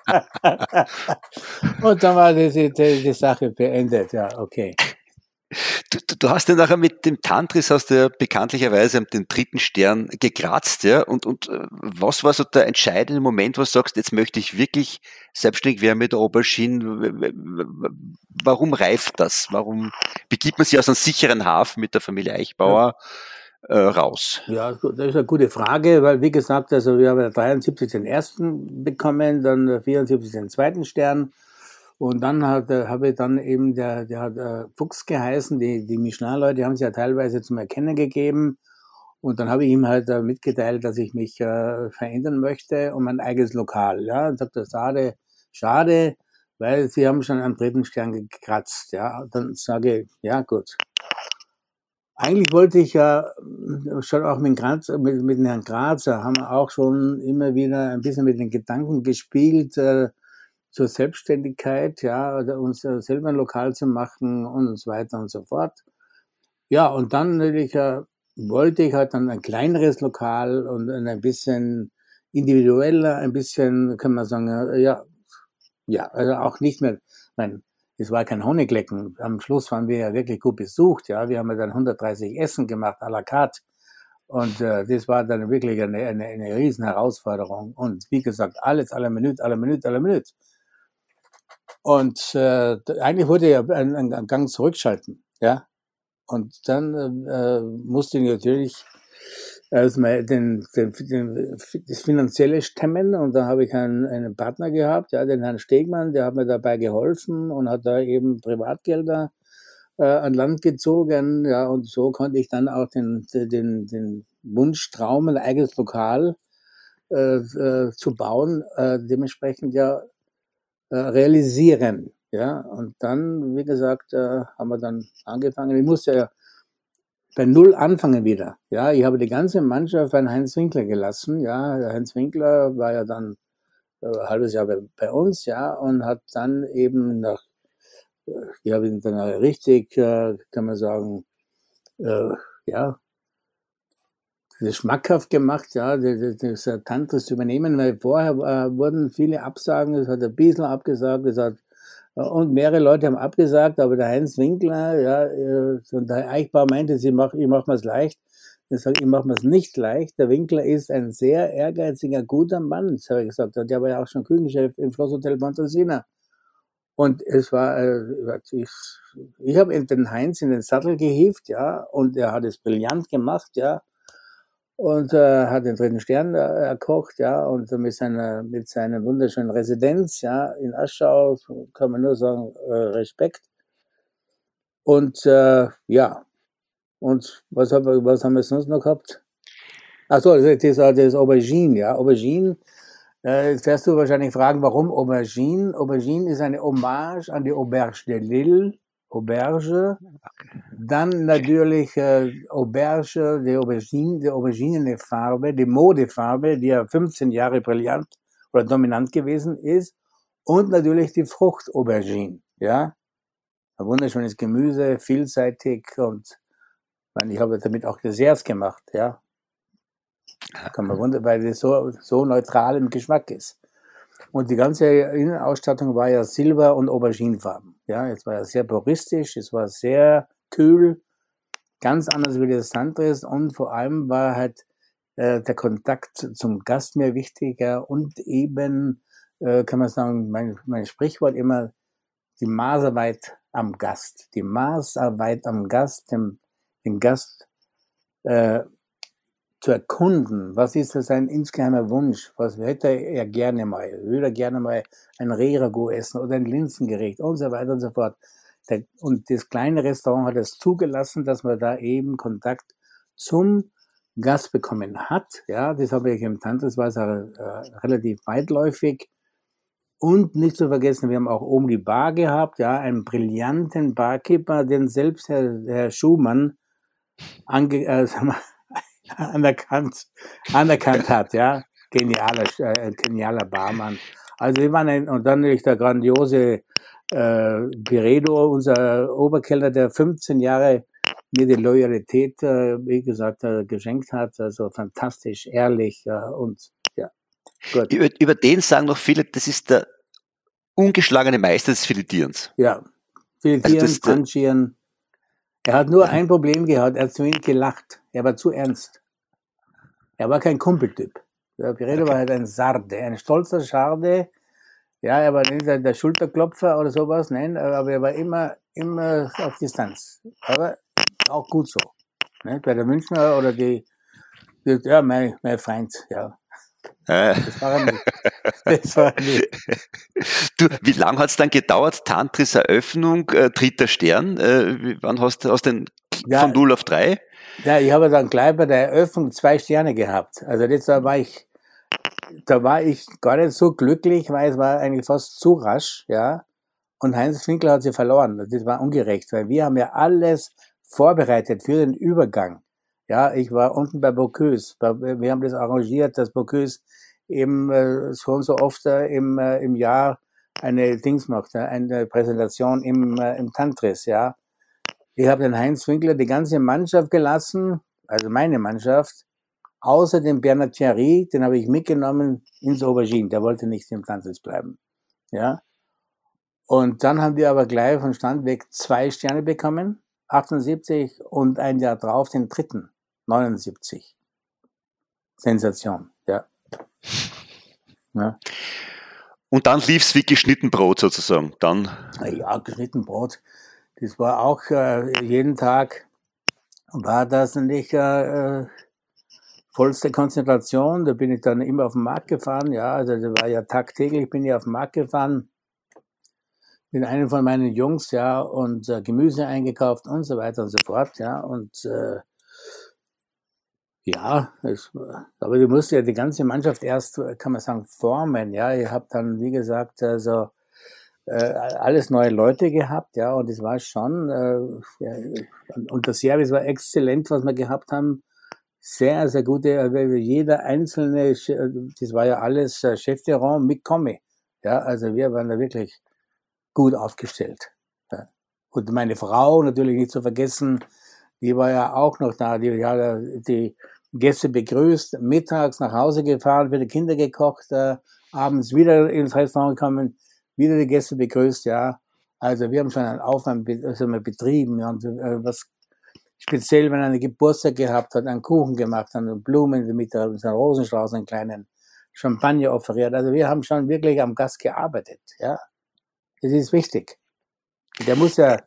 Und dann war die, die, die Sache beendet, ja, okay. Du, du hast ja nachher mit dem Tantris hast du ja bekanntlicherweise den dritten Stern gekratzt, ja, und, und was war so der entscheidende Moment, wo du sagst, jetzt möchte ich wirklich selbstständig werden mit der Aubergine? Warum reift das? Warum begibt man sich aus einem sicheren Hafen mit der Familie Eichbauer ja. äh, raus? Ja, das ist eine gute Frage, weil wie gesagt, also wir haben ja dreiundsiebzig den ersten bekommen, dann vierundsiebzig den zweiten Stern. Und dann hat, äh, habe ich dann eben, der, der hat äh, Fuchs geheißen, die, die Michelin-Leute haben sich ja teilweise zum Erkennen gegeben. Und dann habe ich ihm halt äh, mitgeteilt, dass ich mich äh, verändern möchte um ein eigenes Lokal. Ja, und sagt er, schade, schade, weil sie haben schon am dritten Stern gekratzt. Ja, und dann sage ich, ja gut. Eigentlich wollte ich ja äh, schon auch mit, Graz, mit, mit Herrn Grazer, haben wir auch schon immer wieder ein bisschen mit den Gedanken gespielt, äh, zur Selbstständigkeit, ja, oder uns selber ein Lokal zu machen und so weiter und so fort. Ja, und dann natürlich äh, wollte ich halt dann ein kleineres Lokal und ein bisschen individueller, ein bisschen, kann man sagen, ja, ja, also auch nicht mehr, mein, es war kein Honiglecken. Am Schluss waren wir ja wirklich gut besucht. Ja, wir haben ja dann hundertdreißig Essen gemacht, à la carte. Und äh, das war dann wirklich eine, eine, eine riesen Herausforderung. Und wie gesagt, alles, alle Minute, alle Minute, alle Minute. Und äh, eigentlich wollte ich ja einen, einen Gang zurückschalten. Ja. Und dann äh, musste ich natürlich erstmal den, den, den, das Finanzielle stemmen. Und da habe ich einen, einen Partner gehabt, ja, den Herrn Stegmann, der hat mir dabei geholfen und hat da eben Privatgelder äh, an Land gezogen. Ja, und so konnte ich dann auch den, den, den Wunschtraum, ein eigenes Lokal äh, äh, zu bauen, äh, dementsprechend ja äh, realisieren. Ja, und dann, wie gesagt, äh, haben wir dann angefangen. Ich musste ja bei Null anfangen wieder. Ja, ich habe die ganze Mannschaft an Heinz Winkler gelassen. Ja, der Heinz Winkler war ja dann äh, ein halbes Jahr bei, bei uns, ja, und hat dann eben nach, äh, ich habe ihn dann richtig, äh, kann man sagen, äh, ja, das schmackhaft gemacht, ja, das, das Tantris zu übernehmen, weil vorher äh, wurden viele Absagen, das hat der Biesel abgesagt, das hat und mehrere Leute haben abgesagt, aber der Heinz Winkler, ja, und der Eichbauer meinte, ich mache ich mach mir's leicht. Ich sage, ich mache mir's nicht leicht. Der Winkler ist ein sehr ehrgeiziger, guter Mann, das habe ich gesagt. Der war ja auch schon Küchenchef im Schlosshotel Pontresina. Und es war, ich, ich habe den Heinz in den Sattel gehievt, ja, und er hat es brillant gemacht, ja. Und äh, hat den dritten Stern äh, erkocht, ja, und mit seiner mit seiner wunderschönen Residenz, ja, in Aschau, kann man nur sagen, äh, Respekt. Und äh, ja, und was haben wir, was haben wir sonst noch gehabt? Ach so, das ist das Aubergine, ja, Aubergine. Äh, jetzt wirst du wahrscheinlich fragen, warum Aubergine? Aubergine ist eine Hommage an die Auberge de Lille, Auberge. Dann natürlich äh, Auberge, die Aubergine, die Aubergine-Farbe, die Modefarbe, die ja fünfzehn Jahre brillant oder dominant gewesen ist. Und natürlich die Frucht-Aubergine, ja. Ein wunderschönes Gemüse, vielseitig und ich, meine, ich habe damit auch Desserts gemacht, ja. Kann man wundern, weil das so, so neutral im Geschmack ist. Und die ganze Innenausstattung war ja Silber- und Auberginefarben. Ja, es war ja sehr puristisch, es war sehr kühl, ganz anders wie das Tantris und vor allem war halt äh, der Kontakt zum Gast mir wichtiger und eben, äh, kann man sagen, mein, mein Sprichwort immer, die Maßarbeit am Gast. Die Maßarbeit am Gast, dem, den Gast äh, zu erkunden, was ist das sein insgeheimer Wunsch, was hätte er gerne mal, würde er gerne mal ein Rehragout essen oder ein Linsengericht und so weiter und so fort. Und das kleine Restaurant hat es zugelassen, dass man da eben Kontakt zum Gast bekommen hat. Ja, das habe ich im Tantris, war es äh, relativ weitläufig. Und nicht zu vergessen, wir haben auch oben die Bar gehabt, ja, einen brillanten Barkeeper, den selbst Herr, Herr Schumann ange, äh, sag mal, anerkannt, anerkannt hat, ja. Genialer, äh, genialer Barmann. Also wir waren ein, und dann natürlich der grandiose äh, Piredo, unser Oberkellner, der fünfzehn Jahre mir die Loyalität, äh, wie gesagt, äh, geschenkt hat. Also fantastisch, ehrlich äh, und ja. Gut. Über, über den sagen noch viele, das ist der ungeschlagene Meister des Filetierens. Ja, Filetieren, also Panschieren. Er hat nur ein Problem gehabt, er hat zu wenig gelacht. Er war zu ernst. Er war kein Kumpeltyp. Der Piredo okay. war halt ein Sarde, ein stolzer Sarde. Ja, er war nicht der Schulterklopfer oder sowas, nein, aber er war immer, immer auf Distanz. Aber auch gut so. Ne? Bei der Münchner oder die, die ja, mein, mein Freund, ja. Das war er nicht. Das war er nicht. Du, wie lange hat es dann gedauert? Tantris Eröffnung, äh, dritter Stern. Äh, wann hast du aus den ja, von null auf drei? Ja, ich habe dann gleich bei der Eröffnung zwei Sterne gehabt. Also jetzt da war ich, da war ich gar nicht so glücklich, weil es war eigentlich fast zu rasch, ja. Und Heinz Winkler hat sie verloren. Das war ungerecht, weil wir haben ja alles vorbereitet für den Übergang. Ja, ich war unten bei Bocuse. Wir haben das arrangiert, dass Bocuse eben äh, so und so oft äh, im, äh, im Jahr eine Dings macht, äh, eine Präsentation im, äh, im Tantris, ja. Ich habe den Heinz Winkler die ganze Mannschaft gelassen, also meine Mannschaft, außer dem Bernard Thierry, den habe ich mitgenommen ins Aubergine. Der wollte nicht im Tantris bleiben, ja. Und dann haben wir aber gleich von Stand weg zwei Sterne bekommen, achtundsiebzig, und ein Jahr drauf den dritten, neunundsiebzig. Sensation, ja. ja. Und dann lief's wie geschnitten Brot sozusagen. Dann. Ja, geschnitten Brot. Das war auch äh, jeden Tag, war das nicht äh, vollste Konzentration. Da bin ich dann immer auf den Markt gefahren. Ja, also da war ja tagtäglich, bin ich auf den Markt gefahren. Mit einem von meinen Jungs, ja, und äh, Gemüse eingekauft und so weiter und so fort, ja. Und äh, ja, es, aber du musst ja die ganze Mannschaft erst, kann man sagen, formen, ja. Ich habe dann, wie gesagt, also äh, alles neue Leute gehabt, ja, und es war schon, äh, ja, und der Service war exzellent, was wir gehabt haben. Sehr, sehr gute, also jeder einzelne, das war ja alles Chef de Rang mit Kommi, ja, also wir waren da wirklich gut aufgestellt. Ja. Und meine Frau natürlich nicht zu vergessen, die war ja auch noch da, die hat die Gäste begrüßt, mittags nach Hause gefahren, für die Kinder gekocht, äh, abends wieder ins Restaurant gekommen, wieder die Gäste begrüßt, ja. Also wir haben schon einen Aufwand also betrieben, ja, und äh, was speziell, wenn er eine Geburtstag gehabt hat, einen Kuchen gemacht, einen Blumen in der Mitte, einen Rosenstrauß, einen kleinen Champagner offeriert. Also wir haben schon wirklich am Gast gearbeitet, ja. Das ist wichtig. Der muss ja,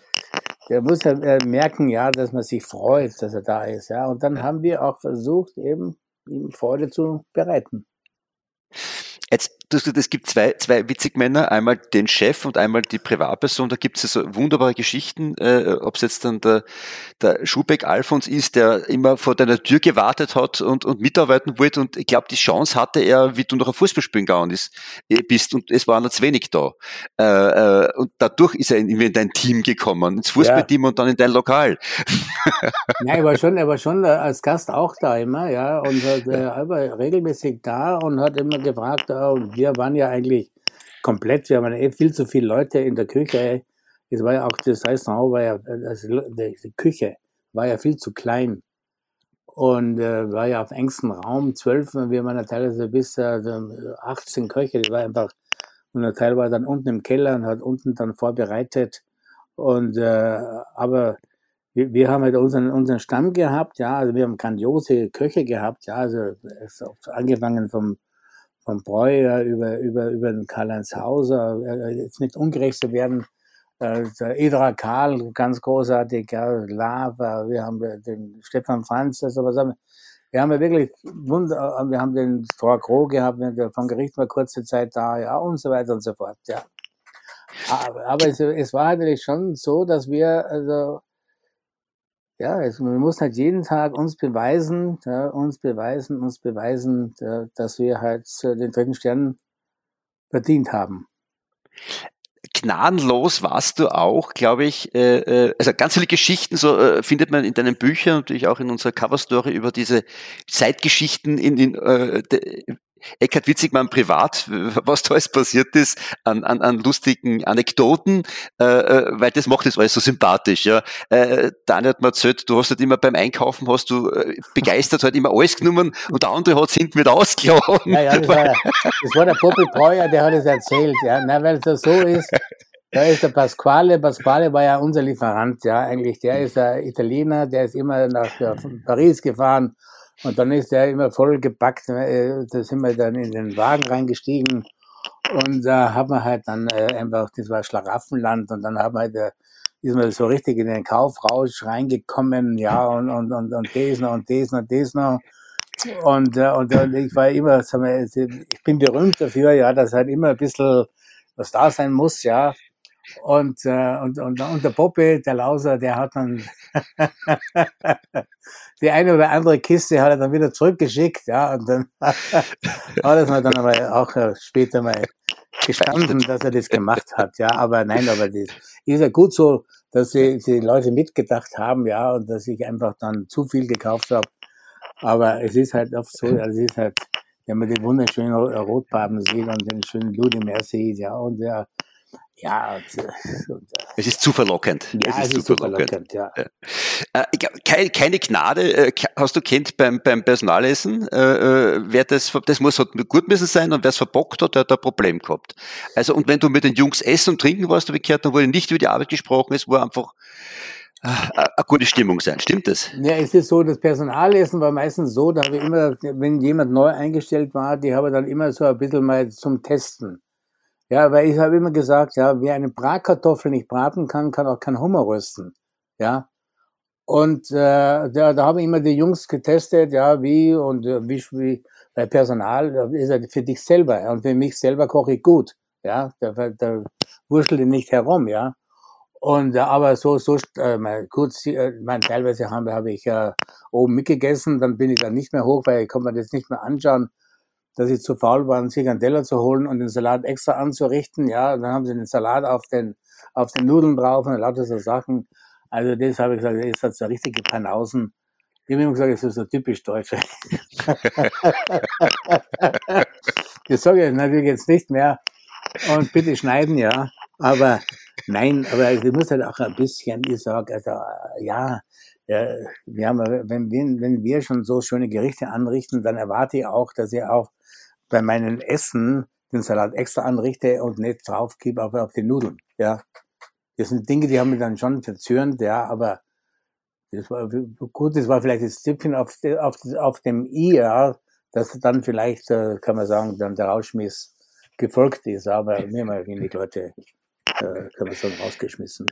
der muss ja merken, ja, dass man sich freut, dass er da ist, ja. Und dann haben wir auch versucht, eben ihm Freude zu bereiten. Jetzt, es gibt zwei, zwei witzige Männer, einmal den Chef und einmal die Privatperson. Da gibt es so wunderbare Geschichten, äh, ob es jetzt dann der, der Schubeck Alfons ist, der immer vor deiner Tür gewartet hat und, und mitarbeiten wollte. Und ich glaube, die Chance hatte er, wie du noch ein Fußballspielen gegangen ist, bist, und es waren noch zu wenig da. Äh, äh, und dadurch ist er in, in dein Team gekommen, ins Fußballteam, ja. Und dann in dein Lokal. Ja, er war schon, er war schon als Gast auch da immer, ja, und äh, er war regelmäßig da und hat immer gefragt, äh, und wir waren ja eigentlich komplett, wir waren eh viel zu viele Leute in der Küche. Es war ja auch, das Restaurant war ja, also die Küche war ja viel zu klein und äh, war ja auf engstem Raum, zwölf, wir waren ja teilweise bis äh, achtzehn Köche, das war einfach, und der Teil war dann unten im Keller und hat unten dann vorbereitet und, äh, aber Wir, wir haben halt unseren, unseren Stamm gehabt, ja, also wir haben grandiose Köche gehabt, ja, also angefangen vom, vom Breuer über, über, über den Karl-Heinz Hauser, jetzt nicht ungerecht zu werden, äh, der Edra Karl, ganz großartig, ja, Lava, wir haben den Stefan Franz, also was haben wir, wir haben ja wirklich wunder, wir haben den Thor Kroh gehabt, der vom Gericht war kurze Zeit da, ja, und so weiter und so fort, ja. Aber, aber es, es war natürlich schon so, dass wir, also, ja, also wir mussten halt jeden Tag uns beweisen, ja, uns beweisen, uns beweisen, ja, dass wir halt den dritten Stern verdient haben. Gnadenlos warst du auch, glaube ich, äh, also ganz viele Geschichten, so äh, findet man in deinen Büchern, natürlich auch in unserer Coverstory über diese Zeitgeschichten in, in äh, de, Eckhard Witzigmann privat, was da alles passiert ist, an, an, an lustigen Anekdoten, äh, weil das macht das alles so sympathisch. Ja. Äh, Daniel hat mir erzählt, du hast halt immer beim Einkaufen, hast du äh, begeistert halt immer alles genommen und der andere hat es hinten wieder ausgeladen. Ja, ja, das war, das war der Bobby Breuer, der hat es erzählt, ja, na, weil es das so ist. Da ist der Pasquale, Pasquale war ja unser Lieferant, ja, eigentlich, der ist ein Italiener, der ist immer nach ja, Paris gefahren. Und dann ist der immer voll gepackt, da sind wir dann in den Wagen reingestiegen und da äh, haben wir halt dann äh, einfach, das war Schlaraffenland und dann haben wir halt, äh, ist man so richtig in den Kaufrausch reingekommen, ja, und, und, und, und das noch und das noch, das noch. Und, äh, und, und ich war immer, sag mal, ich bin berühmt dafür, ja, dass halt immer ein bisschen was da sein muss, ja. Und, äh, und, und, und der Poppe, der Lauser, der hat dann die eine oder andere Kiste hat er dann wieder zurückgeschickt, ja, und dann hat er mir dann aber auch später mal gestanden, dass er das gemacht hat, ja, aber nein, aber das ist ja gut so, dass die, die Leute mitgedacht haben, ja, und dass ich einfach dann zu viel gekauft habe, aber es ist halt oft so, also es ist halt, wenn man den wunderschönen Rotbarben sieht und den schönen Ludimer sieht, ja, und ja, Ja, und, und, es ist zu verlockend. Ja, es ist, es ist zu verlockend, verlockend. ja. Ja. Äh, ich glaub, keine, keine Gnade, äh, hast du kennt beim, beim Personalessen, äh, wer das, das muss halt gut müssen sein und wer es verbockt hat, der hat ein Problem gehabt. Also, und wenn du mit den Jungs essen und trinken warst, habe ich gehört, dann wurde nicht über die Arbeit gesprochen, es war einfach äh, eine gute Stimmung sein. Stimmt das? Ja, es ist so, das Personalessen war meistens so, da habe ich immer, wenn jemand neu eingestellt war, die habe ich dann immer so ein bisschen mal zum Testen. Ja, weil ich habe immer gesagt, ja, wer eine Bratkartoffel nicht braten kann, kann auch kein Hummer rösten. Ja. Und äh, da, da habe ich immer die Jungs getestet, ja, wie und äh, wie, wie bei Personal da ist er für dich selber. Ja, und für mich selber koche ich gut. Ja, da, da wurschtel ich nicht herum, ja. Und äh, aber so, so äh, mein, gut, äh, mein, teilweise habe, habe ich äh, oben mitgegessen, dann bin ich dann nicht mehr hoch, weil ich kann mir das nicht mehr anschauen, dass ich zu faul war, sich einen Teller zu holen und den Salat extra anzurichten. Ja, und dann haben sie den Salat auf den, auf den Nudeln drauf und lauter so Sachen. Also das habe ich gesagt, das ist halt so richtige Panausen. Ich habe immer gesagt, das ist so typisch Deutsche. Das sage ich natürlich jetzt nicht mehr. Und bitte schneiden, ja. Aber nein, aber ich muss halt auch ein bisschen, ich sage, also ja, ja, wir haben, wenn wir, wenn wir schon so schöne Gerichte anrichten, dann erwarte ich auch, dass ich auch bei meinen Essen den Salat extra anrichte und nicht draufgebe auf, auf die Nudeln, ja. Das sind Dinge, die haben mich dann schon verzürnt, ja, aber das war gut, das war vielleicht das Tippchen auf, auf, auf dem I, ja, dass dann vielleicht, kann man sagen, dann der Rauschmiss gefolgt ist, aber mir mal wenig Leute, kann man sagen, rausgeschmissen.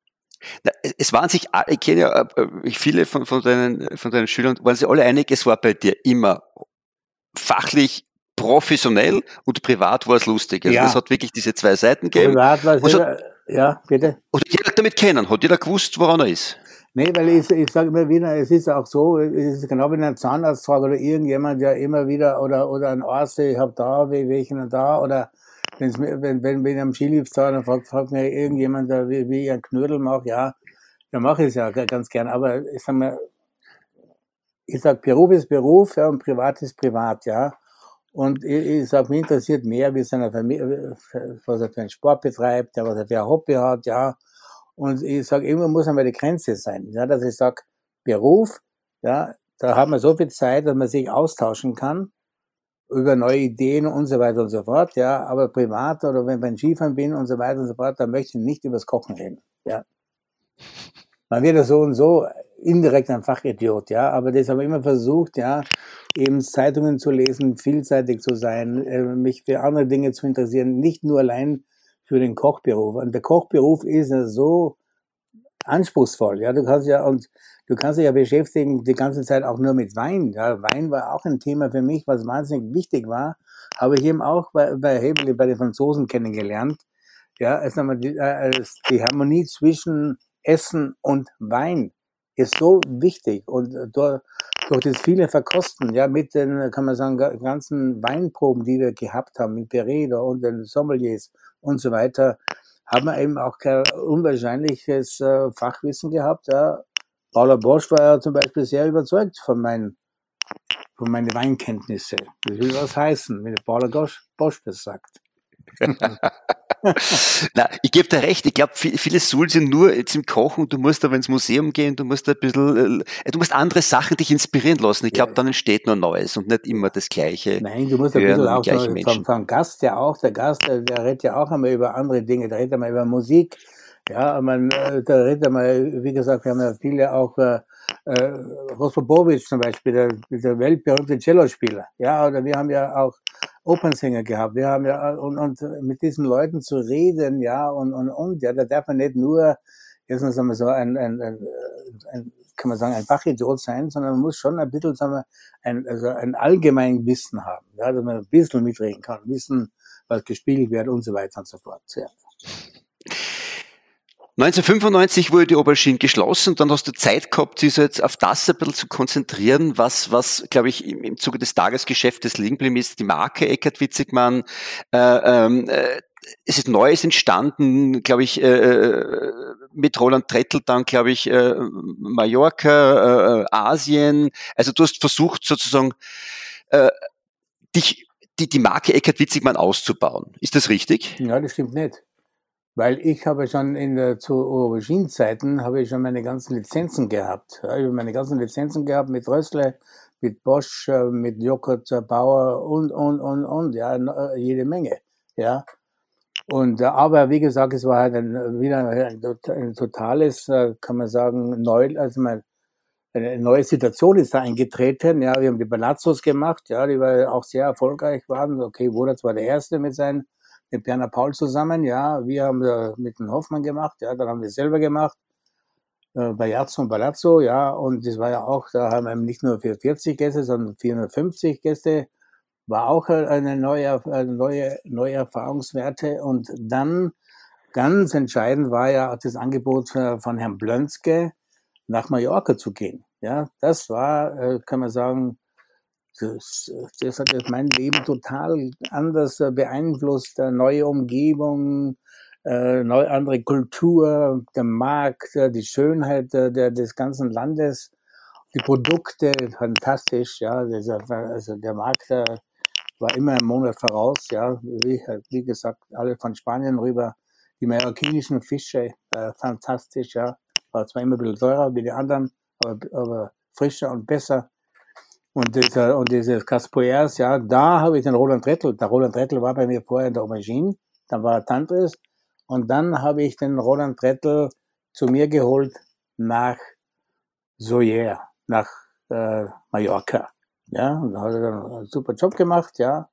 Es waren sich, ich kenne ja viele von, von, deinen, von deinen Schülern, waren sie alle einig, es war bei dir immer fachlich professionell und privat war es lustig. Also ja. Es hat wirklich diese zwei Seiten gegeben. Privat war es jeder, ja, bitte. Und jeder damit kennen, hat jeder gewusst, woran er ist. Nee, weil ich, ich sage immer wieder, es ist auch so, es ist genau wie ein Zahnarzt fragt oder irgendjemand, der immer wieder, oder, oder ein Arzt, ich habe da Wehwehchen und da, oder wenn's, wenn, wenn, wenn ich am Skilift fahre, dann fragt, fragt mir irgendjemand, wie, wie ich einen Knödel mache, ja, dann mache ich es ja ganz gern, aber ich sag mal, ich sag, Beruf ist Beruf, ja, und Privat ist Privat, ja. Und ich, ich sag, mich interessiert mehr, wie seine Familie, was er für einen Sport betreibt, ja, was er für ein Hobby hat, ja. Und ich sage, irgendwann muss einmal die Grenze sein, ja, dass ich sage, Beruf, ja, da hat man so viel Zeit, dass man sich austauschen kann über neue Ideen und so weiter und so fort, ja, aber privat oder wenn ich beim Skifahren bin und so weiter und so fort, da möchte ich nicht über das Kochen reden, ja. Man wird ja so und so indirekt ein Fachidiot, ja, aber das habe ich immer versucht, ja, eben Zeitungen zu lesen, vielseitig zu sein, mich für andere Dinge zu interessieren, nicht nur allein für den Kochberuf. Und der Kochberuf ist ja so anspruchsvoll, ja, du kannst ja, und du kannst dich ja beschäftigen die ganze Zeit auch nur mit Wein, ja, Wein war auch ein Thema für mich, was wahnsinnig wichtig war, habe ich eben auch bei, bei Hebeli, bei den Franzosen kennengelernt, ja, also die, die Harmonie zwischen Essen und Wein ist so wichtig und durch, durch das viele Verkosten, ja, mit den, kann man sagen, ganzen Weinproben, die wir gehabt haben, mit Peredo und den Sommeliers und so weiter, haben wir eben auch kein unwahrscheinliches äh, Fachwissen gehabt. Ja. Paula Bosch war ja zum Beispiel sehr überzeugt von meinen, von meinen Weinkenntnisse. Das will was heißen, wenn Paula Bosch, Bosch das sagt. Na, ich gebe dir recht, ich glaube, viele Suhl sind nur jetzt im Kochen, du musst aber ins Museum gehen, du musst ein bisschen, äh, du musst andere Sachen dich inspirieren lassen. Ich glaube, ja. Dann entsteht noch Neues und nicht immer das Gleiche. Nein, du musst ein bisschen auch so, vom, vom Gast ja auch, der Gast, der, der redet ja auch einmal über andere Dinge, der redet einmal über Musik, ja, man, der redet einmal, wie gesagt, wir haben ja viele auch, äh, äh, Rostropovich zum Beispiel, der, der weltberühmte Cellospieler, ja, oder wir haben ja auch Opernsänger gehabt. Wir haben ja, und, und mit diesen Leuten zu reden, ja, und, und, und, ja, da darf man nicht nur, jetzt sagen wir so, ein, ein, ein, ein, kann man sagen, ein Fachidiot sein, sondern man muss schon ein bisschen, sagen wir, ein, also ein allgemein Wissen haben, ja, dass man ein bisschen mitreden kann, wissen, was gespielt wird und so weiter und so fort, ja. neunzehnhundertfünfundneunzig wurde die Aubergine geschlossen, dann hast du Zeit gehabt, dich so jetzt auf das ein bisschen zu konzentrieren, was, was, glaube ich, im, im Zuge des Tagesgeschäftes liegen geblieben ist, die Marke Eckert Witzigmann, äh, äh, es ist Neues entstanden, glaube ich, äh, mit Roland Trettl dann, glaube ich, äh, Mallorca, äh, Asien, also du hast versucht sozusagen, äh, dich, die, die Marke Eckert Witzigmann auszubauen. Ist das richtig? Ja, das stimmt nicht. Weil ich habe schon in der, zu Aubergine-Zeiten habe ich schon meine ganzen Lizenzen gehabt. Ja, ich habe meine ganzen Lizenzen gehabt mit Rössle, mit Bosch, äh, mit Joghurt äh, Bauer und, und, und, und, ja, n- jede Menge, ja. Und, äh, aber wie gesagt, es war halt ein, wieder ein, tot- ein totales, äh, kann man sagen, neu, also mal, eine neue Situation ist da eingetreten. Ja, wir haben die Balazzos gemacht, ja, die war auch sehr erfolgreich waren. Okay, Wodatz war der Erste mit seinen, mit Berner Paul zusammen, ja. Wir haben äh, mit dem Hoffmann gemacht, ja, dann haben wir es selber gemacht, äh, bei Jazzo und Palazzo, ja. Und das war ja auch, da haben wir nicht nur für vierzig Gäste, sondern vierhundertfünfzig Gäste. War auch äh, eine neue, eine neue, neue Erfahrungswerte. Und dann, ganz entscheidend war ja auch das Angebot äh, von Herrn Blönzke, nach Mallorca zu gehen. Ja, das war, äh, kann man sagen, das, das hat jetzt mein Leben total anders äh, beeinflusst. Äh, neue Umgebung, äh, neue andere Kultur, der Markt, äh, die Schönheit äh, der, des ganzen Landes, die Produkte, fantastisch. Ja, das, also der Markt äh, war immer einen Monat voraus. Ja, wie, wie gesagt, alle von Spanien rüber. Die mallorquinischen Fische, äh, fantastisch. Ja, war zwar immer ein bisschen teurer wie die anderen, aber, aber frischer und besser. Und, dieser, und dieses Caspoers, ja, da habe ich den Roland Rettel. Der Roland Rettel war bei mir vorher in der Aubergine, dann war er Tantris. Und dann habe ich den Roland Rettel zu mir geholt nach Soyer, nach äh, Mallorca. Ja, und da hat er dann einen super Job gemacht, ja.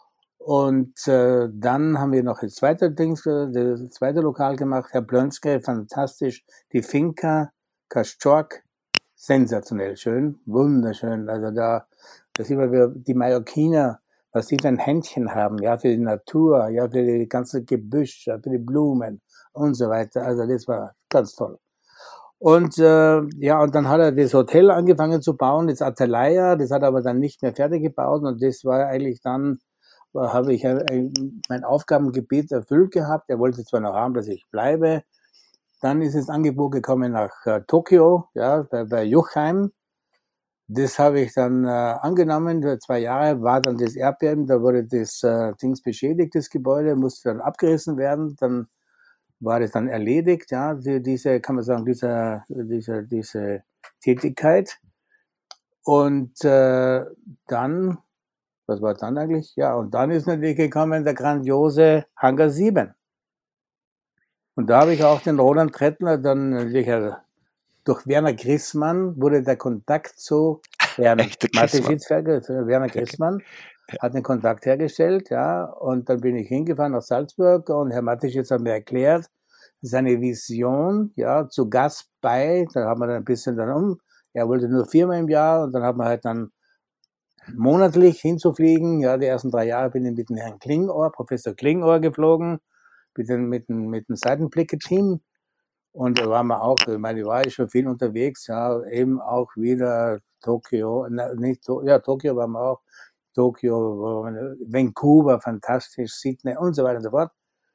Und äh, dann haben wir noch das zweite Dings, äh, das zweite Lokal gemacht, Herr Blönzke, fantastisch. Die Finca Kaschork, sensationell schön, wunderschön. Also da, da sieht man, wie die Mallorquiner, was sie für ein Händchen haben, ja, für die Natur, ja, für die ganze Gebüsch, ja, für die Blumen und so weiter. Also das war ganz toll. Und äh, ja, und dann hat er das Hotel angefangen zu bauen, das Atalaya, das hat er aber dann nicht mehr fertig gebaut und das war eigentlich dann, äh, habe ich äh, mein Aufgabengebiet erfüllt gehabt. Er wollte zwar noch haben, dass ich bleibe. Dann ist das Angebot gekommen nach äh, Tokio, ja, bei, bei Juchheim. Das habe ich dann äh, angenommen, für zwei Jahre war dann das Erdbeben, da wurde das äh, Dings beschädigt, das Gebäude, musste dann abgerissen werden, dann war das dann erledigt, ja, die, diese, kann man sagen, diese, diese, diese Tätigkeit. Und äh, dann, was war dann eigentlich? Ja, und dann ist natürlich gekommen der grandiose Hangar sieben. Und da habe ich auch den Roland Trettler dann natürlich äh, durch Werner Grissmann wurde der Kontakt zu Herrn Echter Grissmann. Mateschitz, Werner Grissmann hat den Kontakt hergestellt, ja, und dann bin ich hingefahren nach Salzburg und Herr Mateschitz hat mir erklärt, seine Vision, ja, zu Gast bei, da haben wir dann ein bisschen dann um, er wollte nur viermal im Jahr und dann haben wir halt dann monatlich hinzufliegen, ja, die ersten drei Jahre bin ich mit dem Herrn Klingohr, Professor Klingohr geflogen, mit dem, mit dem, mit dem Seitenblicke-Team. Und da waren wir auch, ich meine, ich war ja schon viel unterwegs, ja, eben auch wieder Tokio, na, nicht, ja, Tokio waren wir auch, Tokio, Vancouver, fantastisch, Sydney und so weiter und so fort.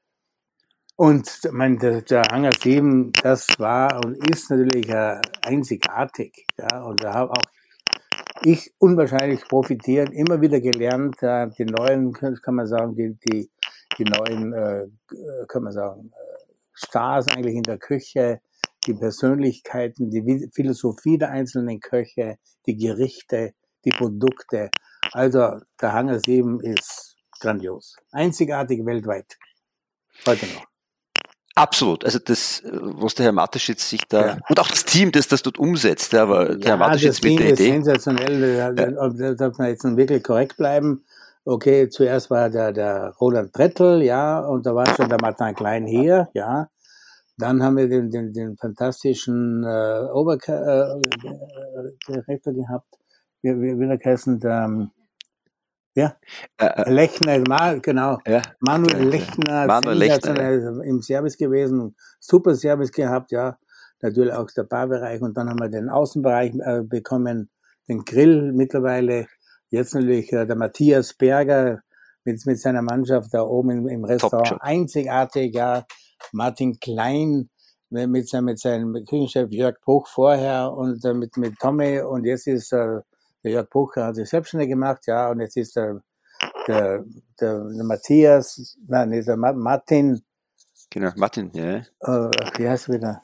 Und mein, der, der Hangar sieben, das war und ist natürlich äh, einzigartig, ja, und da habe auch ich unwahrscheinlich profitiert, immer wieder gelernt, äh, die neuen, kann man sagen, die, die, die neuen, äh, kann man sagen, Stars eigentlich in der Küche, die Persönlichkeiten, die Philosophie der einzelnen Köche, die Gerichte, die Produkte. Also der Hangar sieben ist grandios. Einzigartig weltweit. Heute noch. Absolut. Also das, was der Herr Mateschitz sich da, Ja. und auch das Team, das das dort umsetzt, ja, aber der Ja, Herr Mateschitz das mit Team der ist Idee. sensationell. Ja. Da darf man jetzt wirklich korrekt bleiben. Okay, zuerst war der, der Roland Trettl, ja, und da war schon der Martin Klein hier, ja. Dann haben wir den, den, den fantastischen äh, Oberdirektor äh, gehabt, wie, wie, wie der heißen, der, ja, Äh, Lechner, mal, genau, ja. Manuel Ja, Lechner, Manuel Lechner, sensationell im Service gewesen, super Service gehabt, ja, natürlich auch der Barbereich und dann haben wir den Außenbereich äh, bekommen, den Grill mittlerweile, jetzt natürlich äh, der Matthias Berger mit, mit seiner Mannschaft da oben im, im Restaurant, Top-Job. einzigartig, ja, Martin Klein mit, seinem, mit seinem Küchenchef Jörg Bruch vorher und äh, mit, mit Tommy und jetzt ist äh, der Jörg Bruch hat sich selbstständig gemacht, ja, und jetzt ist der, der, der, der Matthias, nein, nicht der Martin, genau, Martin, ja. Äh, wie heißt er wieder?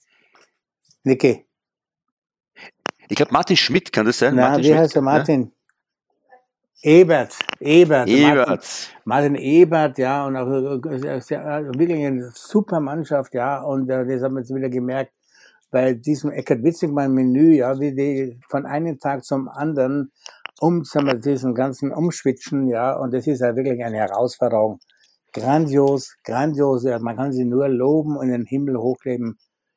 Niki. Ich glaube, Martin Schmidt, kann das sein? Na, Martin wie Schmidt, heißt er? ja? Martin? Ebert, Ebert, Martin, Ebert. Martin Ebert, ja, und auch äh, sehr, wirklich eine super Mannschaft, ja, und äh, das haben wir jetzt wieder gemerkt, bei diesem Eckert-Witzigmann-Menü, ja, wie die von einem Tag zum anderen um, sagen wir, diesen ganzen Umschwitchen, ja, und das ist ja wirklich eine Herausforderung. Grandios, grandios, ja, man kann sie nur loben und in den Himmel hochleben,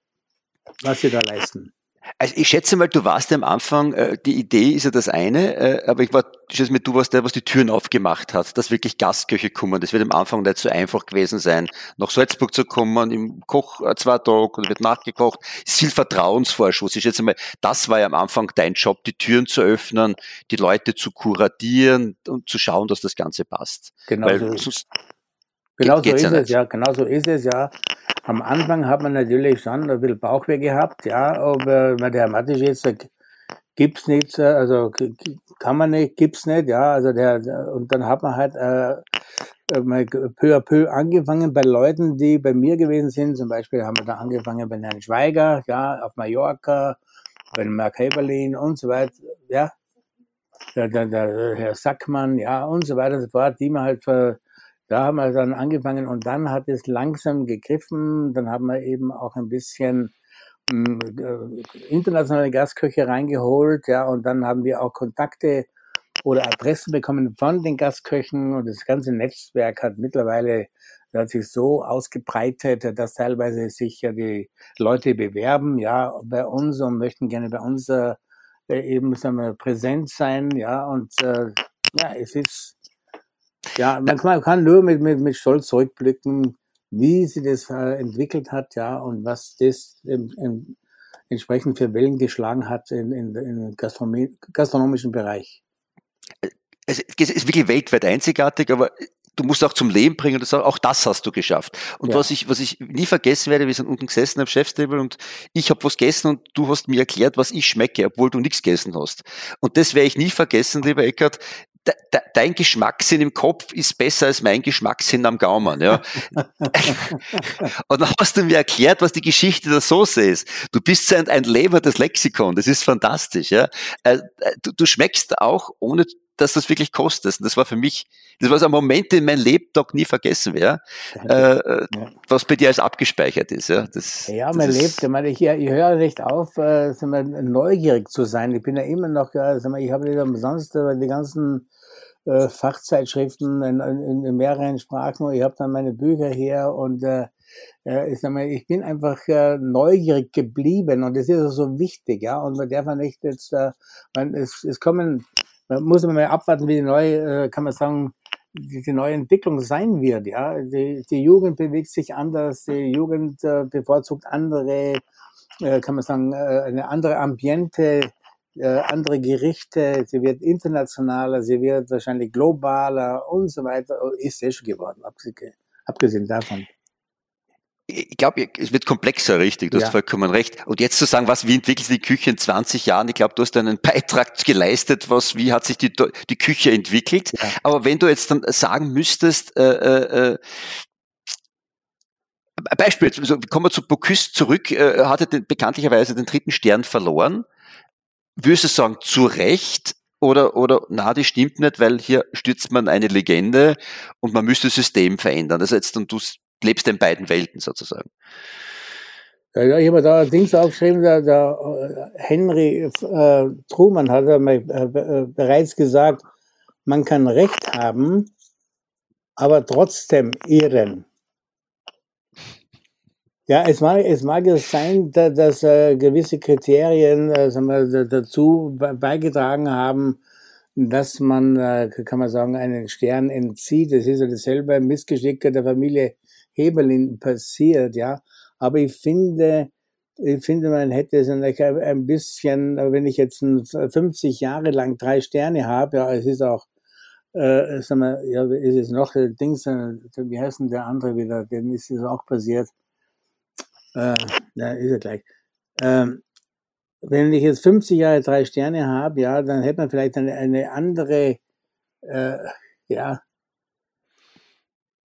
was sie da leisten. Also ich schätze mal, du warst ja am Anfang, äh, die Idee ist ja das eine, äh, aber ich war, ich schätze mal, du warst der, was die Türen aufgemacht hat, dass wirklich Gastköche kommen. Das wird am Anfang nicht so einfach gewesen sein, nach Salzburg zu kommen, im Koch äh, zwei Tage und wird nachgekocht. Es ist viel Vertrauensvorschuss. Ich schätze mal, das war ja am Anfang dein Job, die Türen zu öffnen, die Leute zu kuratieren und zu schauen, dass das Ganze passt. Genau Weil so, sonst genau geht, so geht's ist ja es, nicht. ja, genau so ist es, ja. Am Anfang hat man natürlich schon ein bisschen Bauchweh gehabt, ja, aber der Herr Mattisch jetzt sagt, gibt's nicht, äh, also g- g- kann man nicht, gibt's nicht, ja, also der, der und dann hat man halt äh, äh, mal g- peu à peu angefangen bei Leuten, die bei mir gewesen sind. Zum Beispiel haben wir da angefangen bei Herrn Schweiger, ja, auf Mallorca, bei dem Mark Heberlin und so weiter, ja, der, der, der Herr Sackmann, ja, und so weiter und so fort, die man halt ver, da haben wir dann angefangen und dann hat es langsam gegriffen, dann haben wir eben auch ein bisschen mh, äh, internationale Gastköche reingeholt, ja, und dann haben wir auch Kontakte oder Adressen bekommen von den Gastköchen und das ganze Netzwerk hat mittlerweile, das hat sich so ausgebreitet, dass teilweise sich ja die Leute bewerben, ja, bei uns und möchten gerne bei uns äh, eben, sagen wir, präsent sein, ja, und äh, ja, es ist, ja, man kann, man kann nur mit, mit, mit Stolz zurückblicken, wie sie das äh, entwickelt hat, ja, und was das im, im, entsprechend für Wellen geschlagen hat in, in, im Gastronomie, gastronomischen Bereich. Es ist wirklich weltweit einzigartig, aber du musst auch zum Leben bringen und das, auch das hast du geschafft. Und Ja. was ich, was ich nie vergessen werde, wir sind unten gesessen am Chefstable und ich habe was gegessen und du hast mir erklärt, was ich schmecke, obwohl du nichts gegessen hast. Und das werde ich nie vergessen, lieber Eckart. De, de, dein Geschmackssinn im Kopf ist besser als mein Geschmackssinn am Gaumen, ja. Und dann hast du mir erklärt, was die Geschichte der Soße ist. Du bist so ein, ein lebendes Lexikon, das ist fantastisch, ja. Äh, Du, du schmeckst auch, ohne dass das wirklich kostet. Und das war für mich, das war so ein Moment, den mein Lebtag nie vergessen wäre, äh, Ja. was bei dir als abgespeichert ist. Ja, das, Ja, das man ist, lebt, ich meine, ich, ich höre nicht auf, äh, sagen wir, neugierig zu sein. Ich bin ja immer noch, ja, sagen wir, ich habe nicht umsonst äh, die ganzen äh, Fachzeitschriften in, in, in mehreren Sprachen. Ich habe dann meine Bücher her und äh, äh, ich, sag mal, ich bin einfach äh, neugierig geblieben und das ist auch so wichtig, ja. Und man darf ja nicht jetzt, äh, man, es, es kommen, man muss man mal abwarten, wie die neue, äh, kann man sagen, die, die neue Entwicklung sein wird, ja. Die, die Jugend bewegt sich anders, die Jugend äh, bevorzugt andere, äh, kann man sagen, äh, eine andere Ambiente, äh, andere Gerichte, sie wird internationaler, sie wird wahrscheinlich globaler und so weiter, ist sehr schon geworden, abgesehen, abgesehen davon. ich glaube, es wird komplexer, richtig, du Ja. hast vollkommen recht. Und jetzt zu sagen, was, wie entwickelt sich die Küche in zwanzig Jahren? Ich glaube, du hast einen Beitrag geleistet, was, wie hat sich die, die Küche entwickelt? Ja. Aber wenn du jetzt dann sagen müsstest, äh, äh, Beispiel, also kommen wir zu Bocuse zurück, äh, hatte den, bekanntlicherweise den dritten Stern verloren. Würdest du sagen, zu Recht? Oder, oder, na, das stimmt nicht, weil hier stürzt man eine Legende und man müsste das System verändern. Also jetzt, und du lebst in beiden Welten sozusagen. Ja, ich habe da Dings aufgeschrieben, der, der Henry äh, Truman hat ja mal, äh, bereits gesagt, man kann Recht haben, aber trotzdem irren. Ja, es mag, es mag es sein, da, dass äh, gewisse Kriterien äh, sagen wir, dazu be beigetragen haben, dass man, äh, kann man sagen, einen Stern entzieht. Das ist ja dasselbe Missgeschick der Familie Heberlin passiert, ja. Aber ich finde, ich finde, man hätte es ein bisschen, wenn ich jetzt fünfzig Jahre lang drei Sterne habe, ja, es ist auch, äh, sagen wir, ja, ist es noch, Dings, wie heißt denn der andere wieder, denn ist es auch passiert. Äh, da ist er gleich. Ähm, wenn ich jetzt fünfzig Jahre drei Sterne habe, ja, dann hätte man vielleicht eine, eine andere, äh, ja,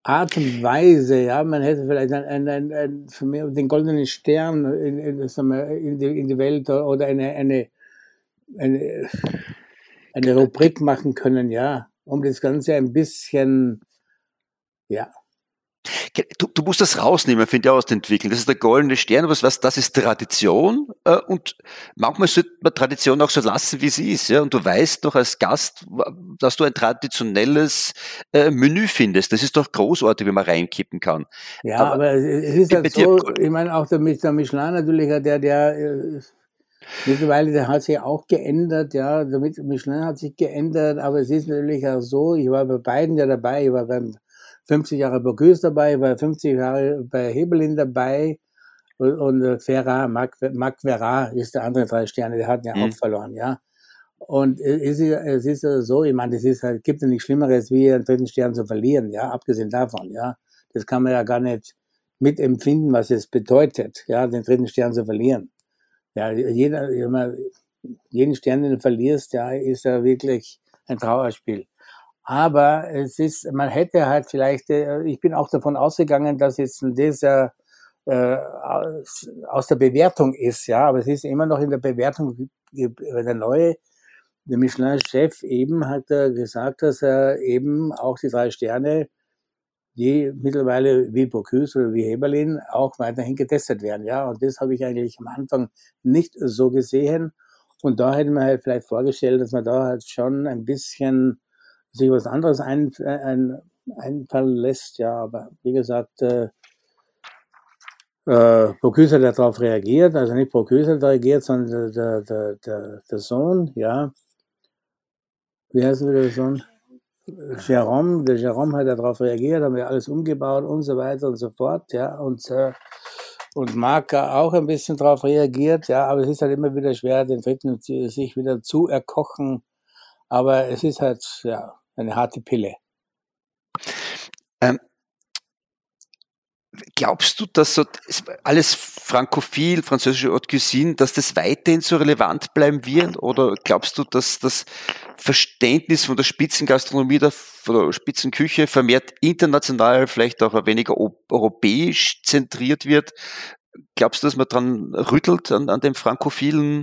Art und Weise, ja, man hätte vielleicht ein, ein, ein, ein, den goldenen Stern in, in, in, die, in die Welt oder eine, eine, eine, eine Rubrik machen können, ja, um das Ganze ein bisschen, ja. Du, du musst das rausnehmen, finde ich, aus der Entwicklung. Das ist der goldene Stern, was, was, das ist Tradition, äh, und manchmal sollte man Tradition auch so lassen, wie sie ist, ja. Und du weißt doch als Gast, dass du ein traditionelles äh, Menü findest. Das ist doch großartig, wenn man reinkippen kann. Ja, aber, aber es ist halt so, ich meine, auch der, der Michelin natürlich, der, der, äh, mittlerweile, der hat sich auch geändert, ja, der Michelin hat sich geändert, aber es ist natürlich auch so, ich war bei beiden ja dabei, ich war beim fünfzig Jahre Bocuse dabei, ich war fünfzig Jahre bei Heberlin dabei und, und Ferrat, Marc, Marc Verrat ist der andere drei Sterne, der hat ja mhm. auch verloren, ja. Und es ist, es ist so, ich meine, es ist halt, gibt ja nichts Schlimmeres, wie einen dritten Stern zu verlieren, ja, abgesehen davon, ja. Das kann man ja gar nicht mitempfinden, was es bedeutet, ja, den dritten Stern zu verlieren. Ja, jeder, jeden Stern, den du verlierst, ja, ist ja wirklich ein Trauerspiel. Aber es ist, man hätte halt vielleicht, ich bin auch davon ausgegangen, dass jetzt dieser äh, aus, aus der Bewertung ist, ja, aber es ist immer noch in der Bewertung, der neue, der Michelin-Chef eben hat er gesagt, dass er eben auch die drei Sterne, die mittlerweile wie Bocuse oder wie Heberlin auch weiterhin getestet werden, ja, und das habe ich eigentlich am Anfang nicht so gesehen, und da hätte man halt vielleicht vorgestellt, dass man da halt schon ein bisschen sich was anderes ein, ein, einfallen lässt, ja, aber wie gesagt, äh, äh, Bocuse hat darauf reagiert, also nicht Bocuse hat reagiert, sondern der, der, der, der Sohn, ja, wie heißt wieder der Sohn? Jérôme, der Jérôme hat darauf reagiert, haben wir alles umgebaut und so weiter und so fort, ja, und, äh, und Marc auch ein bisschen darauf reagiert, ja, aber es ist halt immer wieder schwer, den dritten sich wieder zu erkochen, aber es ist halt, ja, eine harte Pille. Ähm, glaubst du, dass so alles frankophil, französische Haute Cuisine, dass das weiterhin so relevant bleiben wird? Oder glaubst du, dass das Verständnis von der Spitzengastronomie, der, von der Spitzenküche vermehrt international, vielleicht auch weniger europäisch zentriert wird? Glaubst du, dass man dran rüttelt an, an dem frankophilen?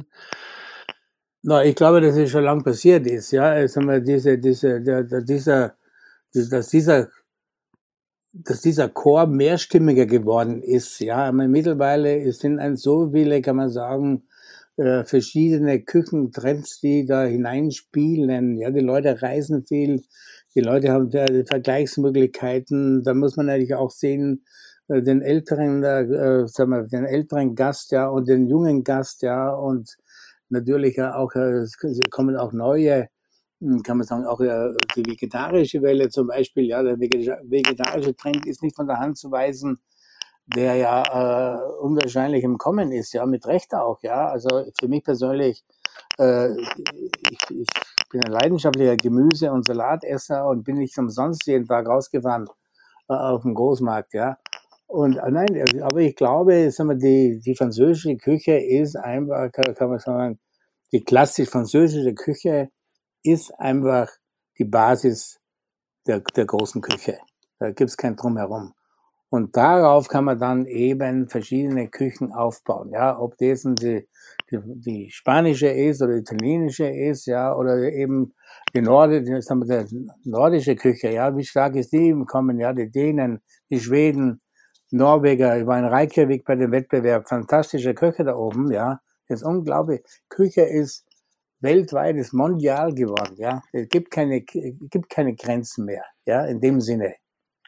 Na, ich glaube, dass es schon lange passiert ist, ja. Also, diese, diese, der, der, dieser, dass dieser, dass dieser Chor mehrstimmiger geworden ist, ja. Aber mittlerweile sind ein so viele, kann man sagen, äh, verschiedene Küchentrends, die da hineinspielen. Ja, die Leute reisen viel, die Leute haben die Vergleichsmöglichkeiten. Da muss man natürlich auch sehen, äh, den älteren, äh, sagen wir, den älteren Gast, ja, und den jungen Gast, ja, und natürlich auch, es kommen auch neue, kann man sagen, auch die vegetarische Welle zum Beispiel, ja, der vegetarische Trend ist nicht von der Hand zu weisen, der ja äh, unwahrscheinlich im Kommen ist, ja, mit Recht auch, ja, also für mich persönlich, äh, ich, ich bin ein leidenschaftlicher Gemüse- und Salatesser und bin nicht umsonst jeden Tag rausgefahren äh, auf dem Großmarkt, ja. Und äh, nein, aber ich glaube, sagen wir, die, die französische Küche ist einfach, kann, kann man sagen, die klassisch französische Küche ist einfach die Basis der, der großen Küche. Da gibt's kein Drumherum. Und darauf kann man dann eben verschiedene Küchen aufbauen, ja, ob das die, die, die spanische ist oder die italienische ist, ja, oder eben die Norde, sagen wir, die nordische Küche, ja, wie stark ist die im Kommen, ja, die Dänen, die Schweden, Norweger, ich war in Reykjavik bei dem Wettbewerb, fantastische Küche da oben, ja, das ist unglaublich. Küche ist weltweit, ist mondial geworden, ja, es gibt keine, gibt keine Grenzen mehr, ja, in dem Sinne.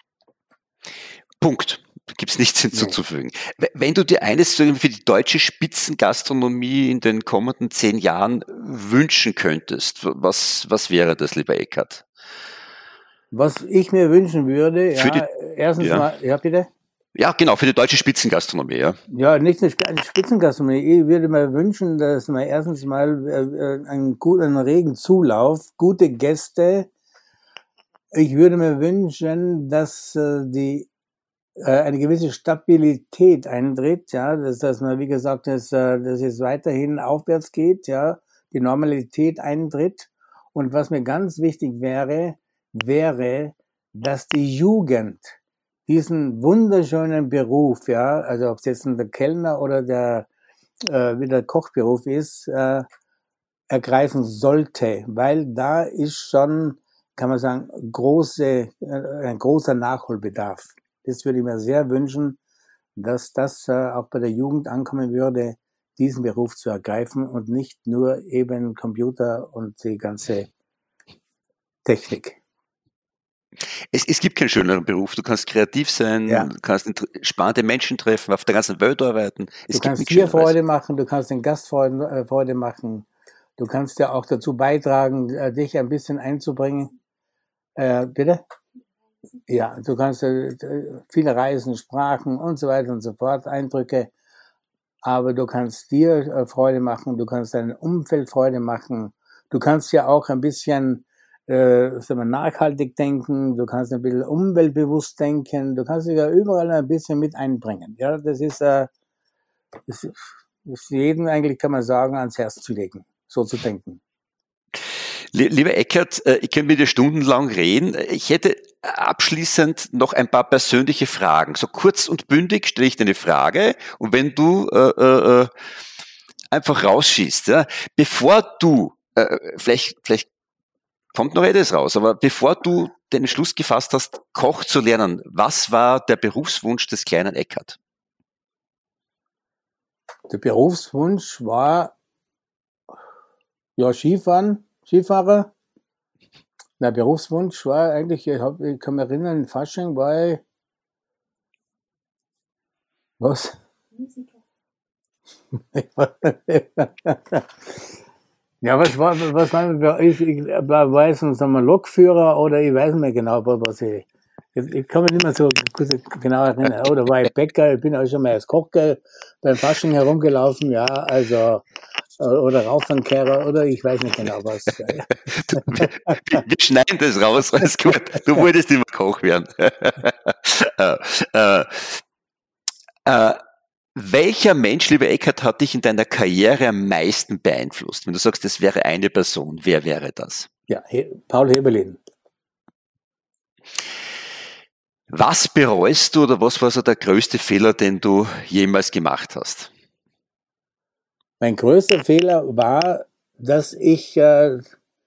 Punkt. Gibt es nichts hinzuzufügen. Nee. Wenn du dir eines für die deutsche Spitzengastronomie in den kommenden zehn Jahren wünschen könntest, was, was wäre das, lieber Eckhard? Was ich mir wünschen würde, für ja, die, erstens ja. mal, ja bitte? Ja, genau, für die deutsche Spitzengastronomie, ja. Ja, nicht eine Spitzengastronomie. Ich würde mir wünschen, dass man erstens mal äh, einen guten, regen Zulauf, gute Gäste. Ich würde mir wünschen, dass äh, die eine gewisse Stabilität eintritt, ja, dass, dass man, wie gesagt, dass, dass es weiterhin aufwärts geht, ja, die Normalität eintritt. Und was mir ganz wichtig wäre, wäre, dass die Jugend diesen wunderschönen Beruf, ja, also ob es jetzt der Kellner oder der, äh, wie der Kochberuf ist, äh, ergreifen sollte, weil da ist schon, kann man sagen, große, äh, ein großer Nachholbedarf. Das würde ich mir sehr wünschen, dass das äh, auch bei der Jugend ankommen würde, diesen Beruf zu ergreifen und nicht nur eben Computer und die ganze Technik. Es, es gibt keinen schöneren Beruf. Du kannst kreativ sein, Ja. du kannst spannende Menschen treffen, auf der ganzen Welt arbeiten. Es Du gibt kannst nichts dir Schöneres. Freude machen, du kannst den Gast Freude, äh, Freude machen. Du kannst ja auch dazu beitragen, äh, dich ein bisschen einzubringen. Äh, bitte? Ja, du kannst äh, viele Reisen, Sprachen und so weiter und so fort, Eindrücke. Aber du kannst dir äh, Freude machen, du kannst deinem Umfeld Freude machen. Du kannst ja auch ein bisschen äh, sagen wir, nachhaltig denken, du kannst ein bisschen umweltbewusst denken, du kannst dich ja überall ein bisschen mit einbringen. Ja, das ist, äh, das ist jedem eigentlich, kann man sagen, ans Herz zu legen, so zu denken. Lieber Eckhard, ich könnte mit dir stundenlang reden. Ich hätte abschließend noch ein paar persönliche Fragen. So kurz und bündig stelle ich dir eine Frage und wenn du äh, äh, einfach rausschießt, ja, bevor du, äh, vielleicht, vielleicht kommt noch etwas raus, aber bevor du den Entschluss gefasst hast, Koch zu lernen, was war der Berufswunsch des kleinen Eckhard? Der Berufswunsch war, ja, Skifahren, Skifahrer. Der Berufswunsch war eigentlich, ich, hab, ich kann mich erinnern, in Fasching war ich, was? Ja, was war, was war, ich, ich war, weiß nicht, sagen wir, Lokführer oder ich weiß nicht mehr genau, was ich, ich, ich kann mich nicht mehr so genau erinnern. Oder war ich Bäcker, ich bin auch schon mal als Koch beim Fasching herumgelaufen, ja, also, oder Raufankehrer, oder ich weiß nicht genau was. Du, wir, wir schneiden das raus, alles gut. Du wolltest immer Koch werden. äh, äh, äh, welcher Mensch, lieber Eckhard, hat dich in deiner Karriere am meisten beeinflusst? Wenn du sagst, das wäre eine Person, wer wäre das? Ja, Paul Heberlin. Was bereust du oder was war so der größte Fehler, den du jemals gemacht hast? Mein größter Fehler war, dass ich äh,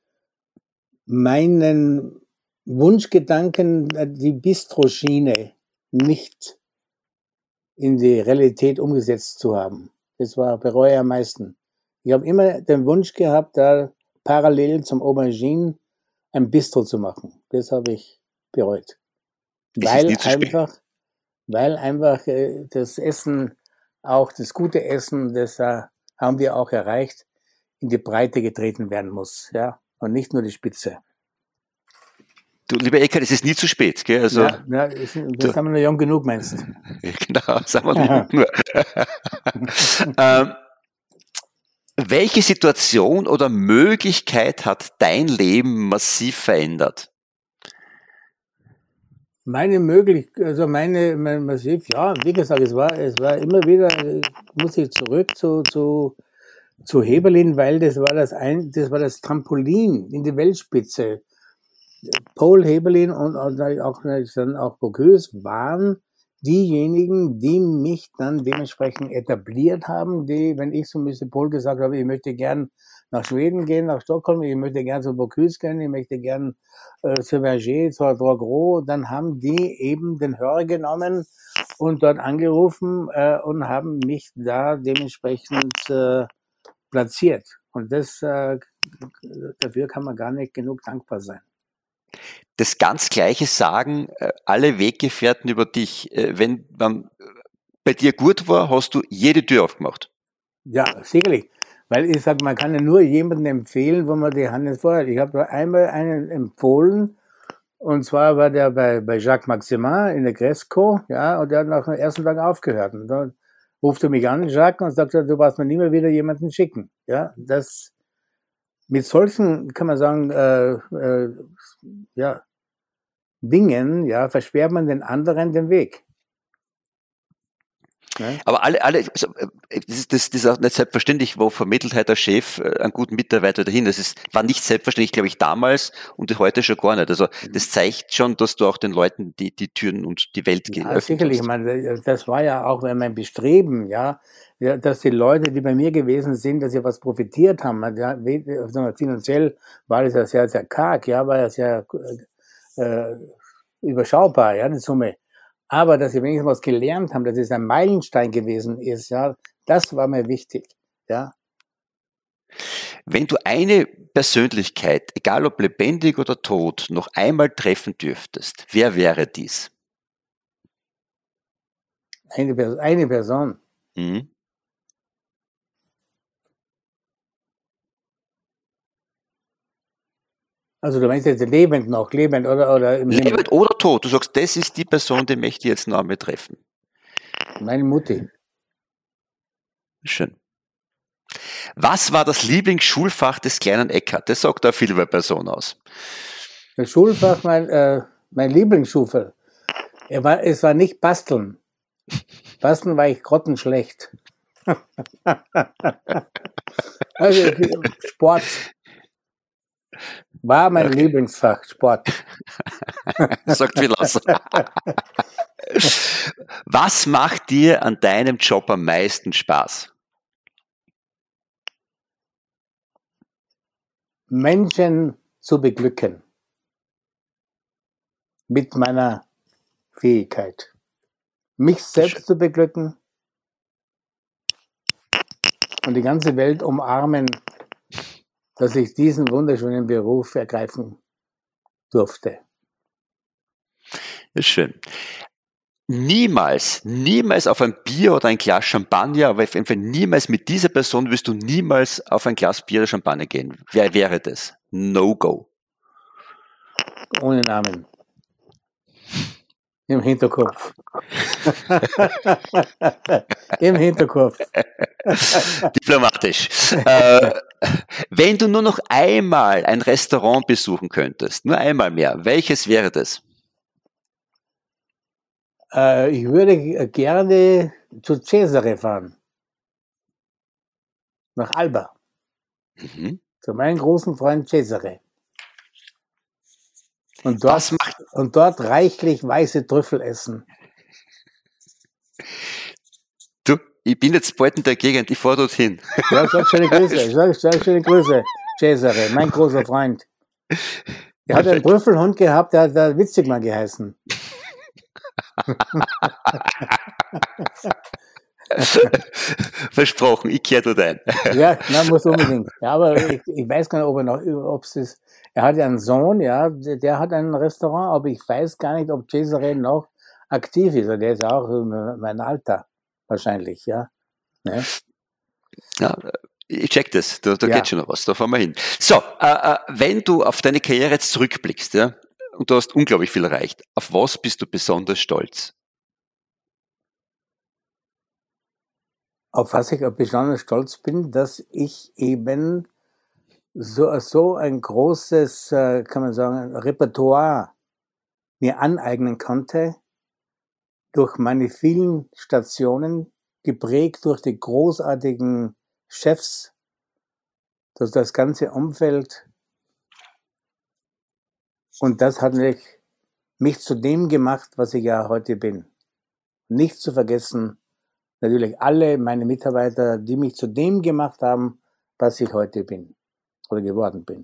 meinen Wunschgedanken, die Bistro-Schiene, nicht in die Realität umgesetzt zu haben. Das war, bereue ich am meisten. Ich habe immer den Wunsch gehabt, da parallel zum Aubergine ein Bistro zu machen. Das habe ich bereut. Weil einfach, weil einfach äh, das Essen, auch das gute Essen, das äh, haben wir auch erreicht, in die Breite getreten werden muss, ja, und nicht nur die Spitze. Du, lieber Eckhard, es ist nie zu spät, gell? Also, ja, ja, ist, das du, haben wir noch jung genug, meinst du? Genau, sagen wir nicht nur. ähm, welche Situation oder Möglichkeit hat dein Leben massiv verändert? Meine Möglichkeit, also meine, mein massiv, ja, wie gesagt, es war, es war immer wieder, muss ich zurück zu, zu, zu Heberlin, weil das war das ein, das war das Trampolin in die Weltspitze. Paul Heberlin und auch, dann auch Bocuse waren diejenigen, die mich dann dementsprechend etabliert haben, die, wenn ich zum Beispiel Paul gesagt habe, ich möchte gern nach Schweden gehen, nach Stockholm, ich möchte gern zu Bocuse gehen, ich möchte gern äh, zu Verger, zu Droit, dann haben die eben den Hörer genommen und dort angerufen äh, und haben mich da dementsprechend äh, platziert. Und das, äh, dafür kann man gar nicht genug dankbar sein. Das ganz Gleiche sagen alle Weggefährten über dich. Wenn man bei dir gut war, hast du jede Tür aufgemacht. Ja, sicherlich. Weil ich sage, man kann ja nur jemanden empfehlen, wo man die Hand nicht vorhat. Ich habe einmal einen empfohlen, und zwar war der bei, bei Jacques Maximin in der Gresco, ja, und der hat nach dem ersten Tag aufgehört. Und dann ruft er mich an, Jacques, und sagt, du brauchst mir nie mehr wieder jemanden schicken. Ja, das, mit solchen, kann man sagen, äh, äh, ja, Dingen, ja, versperrt man den anderen den Weg. Ne? Aber alle, alle, also, das ist, das ist auch nicht selbstverständlich, wo vermittelt halt der Chef einen guten Mitarbeiter dahin. Das ist, war nicht selbstverständlich, glaube ich, damals und heute schon gar nicht. Also, das zeigt schon, dass du auch den Leuten die, die Türen und die Welt Ja, geöffnet sicherlich. Ich hast. meine, das war ja auch mein Bestreben, ja, ja, dass die Leute, die bei mir gewesen sind, dass sie was profitiert haben. Ja, finanziell war das ja sehr, sehr karg, ja, war ja sehr äh, überschaubar, ja, die Summe. Aber dass sie wenigstens was gelernt haben, dass es ein Meilenstein gewesen ist, ja, das war mir wichtig, ja. Wenn du eine Persönlichkeit, egal ob lebendig oder tot, noch einmal treffen dürftest, wer wäre dies? Eine, Pers- eine Person. Mhm. Also du meinst jetzt lebend noch, lebend oder, oder im Himmel? Lebend oder tot? Du sagst, das ist die Person, die möchte ich jetzt noch einmal treffen. Meine Mutti. Schön. Was war das Lieblingsschulfach des kleinen Eckhard? Das sagt auch viel über Person aus. Das Schulfach, mein, äh, mein Lieblingsschulfach. Er war, es war nicht Basteln. Basteln war ich grottenschlecht. Also Sport war mein Okay. Lieblingsfach, Sport. Sagt viel aus. Was macht dir an deinem Job am meisten Spaß? Menschen zu beglücken. Mit meiner Fähigkeit. Mich selbst zu beglücken und die ganze Welt umarmen, dass ich diesen wunderschönen Beruf ergreifen durfte. Das ist schön. Niemals, niemals auf ein Bier oder ein Glas Champagner, aber auf jeden Fall niemals mit dieser Person wirst du niemals auf ein Glas Bier oder Champagner gehen. Wer wäre das? No go. Ohne Namen. Im Hinterkopf. Im Hinterkopf. Diplomatisch. äh, wenn du nur noch einmal ein Restaurant besuchen könntest, nur einmal mehr, welches wäre das? Äh, ich würde gerne zu Cesare fahren. Nach Alba. Mhm. Zu meinem großen Freund Cesare. Und dort, Was macht, und dort reichlich weiße Trüffel essen. du, ich bin jetzt bald in der Gegend, ich fahre dorthin. Ja, sag schöne Grüße. Sag, sag schöne Grüße, Cesare, mein großer Freund. Der hat einen Trüffelhund gehabt, der hat der Witzigmann geheißen. Versprochen, ich kehre dort ein. Ja, na, muss unbedingt. Ja, aber ich, ich weiß gar nicht, ob er noch, ob es ist. Er hat ja einen Sohn, ja, der, der hat ein Restaurant, aber ich weiß gar nicht, ob Cesare noch aktiv ist. Der ist auch mein Alter, wahrscheinlich, ja. Ne? Ja, ich check das, da, da Ja. geht schon noch was, da fahren wir hin. So, äh, äh, wenn du auf deine Karriere jetzt zurückblickst, ja, und du hast unglaublich viel erreicht, auf was bist du besonders stolz? Auf was ich besonders stolz bin, dass ich eben so, so ein großes, äh, kann man sagen, Repertoire mir aneignen konnte, durch meine vielen Stationen, geprägt durch die großartigen Chefs, durch das ganze Umfeld. Und das hat mich, mich zu dem gemacht, was ich ja heute bin. Nicht zu vergessen, natürlich alle meine Mitarbeiter, die mich zu dem gemacht haben, was ich heute bin oder geworden bin.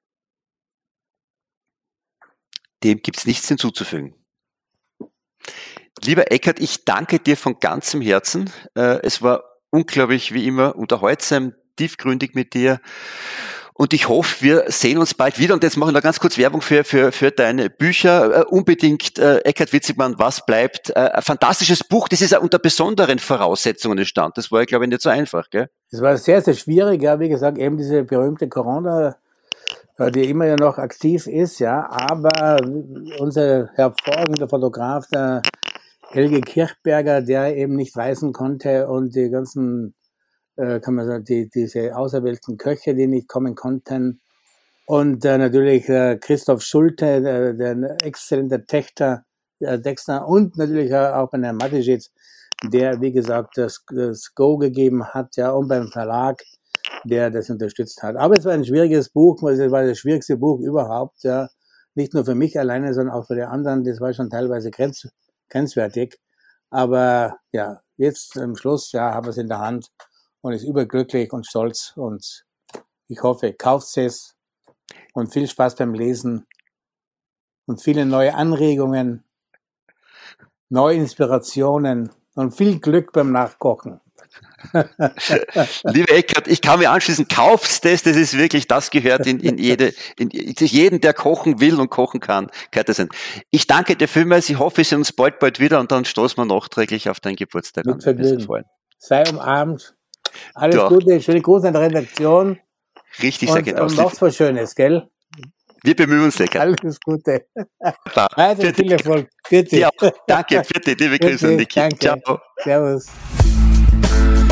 Dem gibt's nichts hinzuzufügen. Lieber Eckhard, ich danke dir von ganzem Herzen. Äh, Es war unglaublich, wie immer, unterhaltsam, tiefgründig mit dir. Und ich hoffe, wir sehen uns bald wieder. Und jetzt mache ich noch ganz kurz Werbung für, für, für deine Bücher. Äh, unbedingt äh, Eckhard Witzigmann, was bleibt? Äh, ein fantastisches Buch, das ist auch unter besonderen Voraussetzungen entstanden. Das war, glaube ich, nicht so einfach, gell? Es war sehr, sehr schwierig, ja, wie gesagt, eben diese berühmte Corona, äh, die immer ja noch aktiv ist, ja, aber unser hervorragender Fotograf, der Helge Kirchberger, der eben nicht reisen konnte und die ganzen, äh, kann man sagen, die, diese auserwählten Köche, die nicht kommen konnten und äh, natürlich äh, Christoph Schulte, der, der exzellente Texter, äh, Texter und natürlich auch bei Herrn Mateschitz, der, wie gesagt, das, das Go gegeben hat, ja, und beim Verlag, der das unterstützt hat. Aber es war ein schwieriges Buch, es war das schwierigste Buch überhaupt, ja. Nicht nur für mich alleine, sondern auch für die anderen. Das war schon teilweise grenz, grenzwertig. Aber ja, jetzt am Schluss, ja, haben wir es in der Hand und ist überglücklich und stolz. Und ich hoffe, kauft es und viel Spaß beim Lesen und viele neue Anregungen, neue Inspirationen und viel Glück beim Nachkochen. Lieber Eckhard, ich kann mir anschließen, kauft das, das ist wirklich, das gehört in, in jede, in jeden, der kochen will und kochen kann, gehört das hin. Ich danke dir vielmals, ich hoffe, wir sehen uns bald, bald wieder und dann stoßen wir nachträglich auf deinen Geburtstag Mit an. Vergnügen. Sei umarmt. Alles Doch. Gute, schöne Grüße an der Redaktion. Richtig, sehr genau. Und noch was Schönes, gell? Wir bemühen uns, Eckhard. Alles Gute. Also viel Erfolg. Bitte. Ja, danke, bitte, liebe Grüße an Niki. Danke. Ciao. Servus.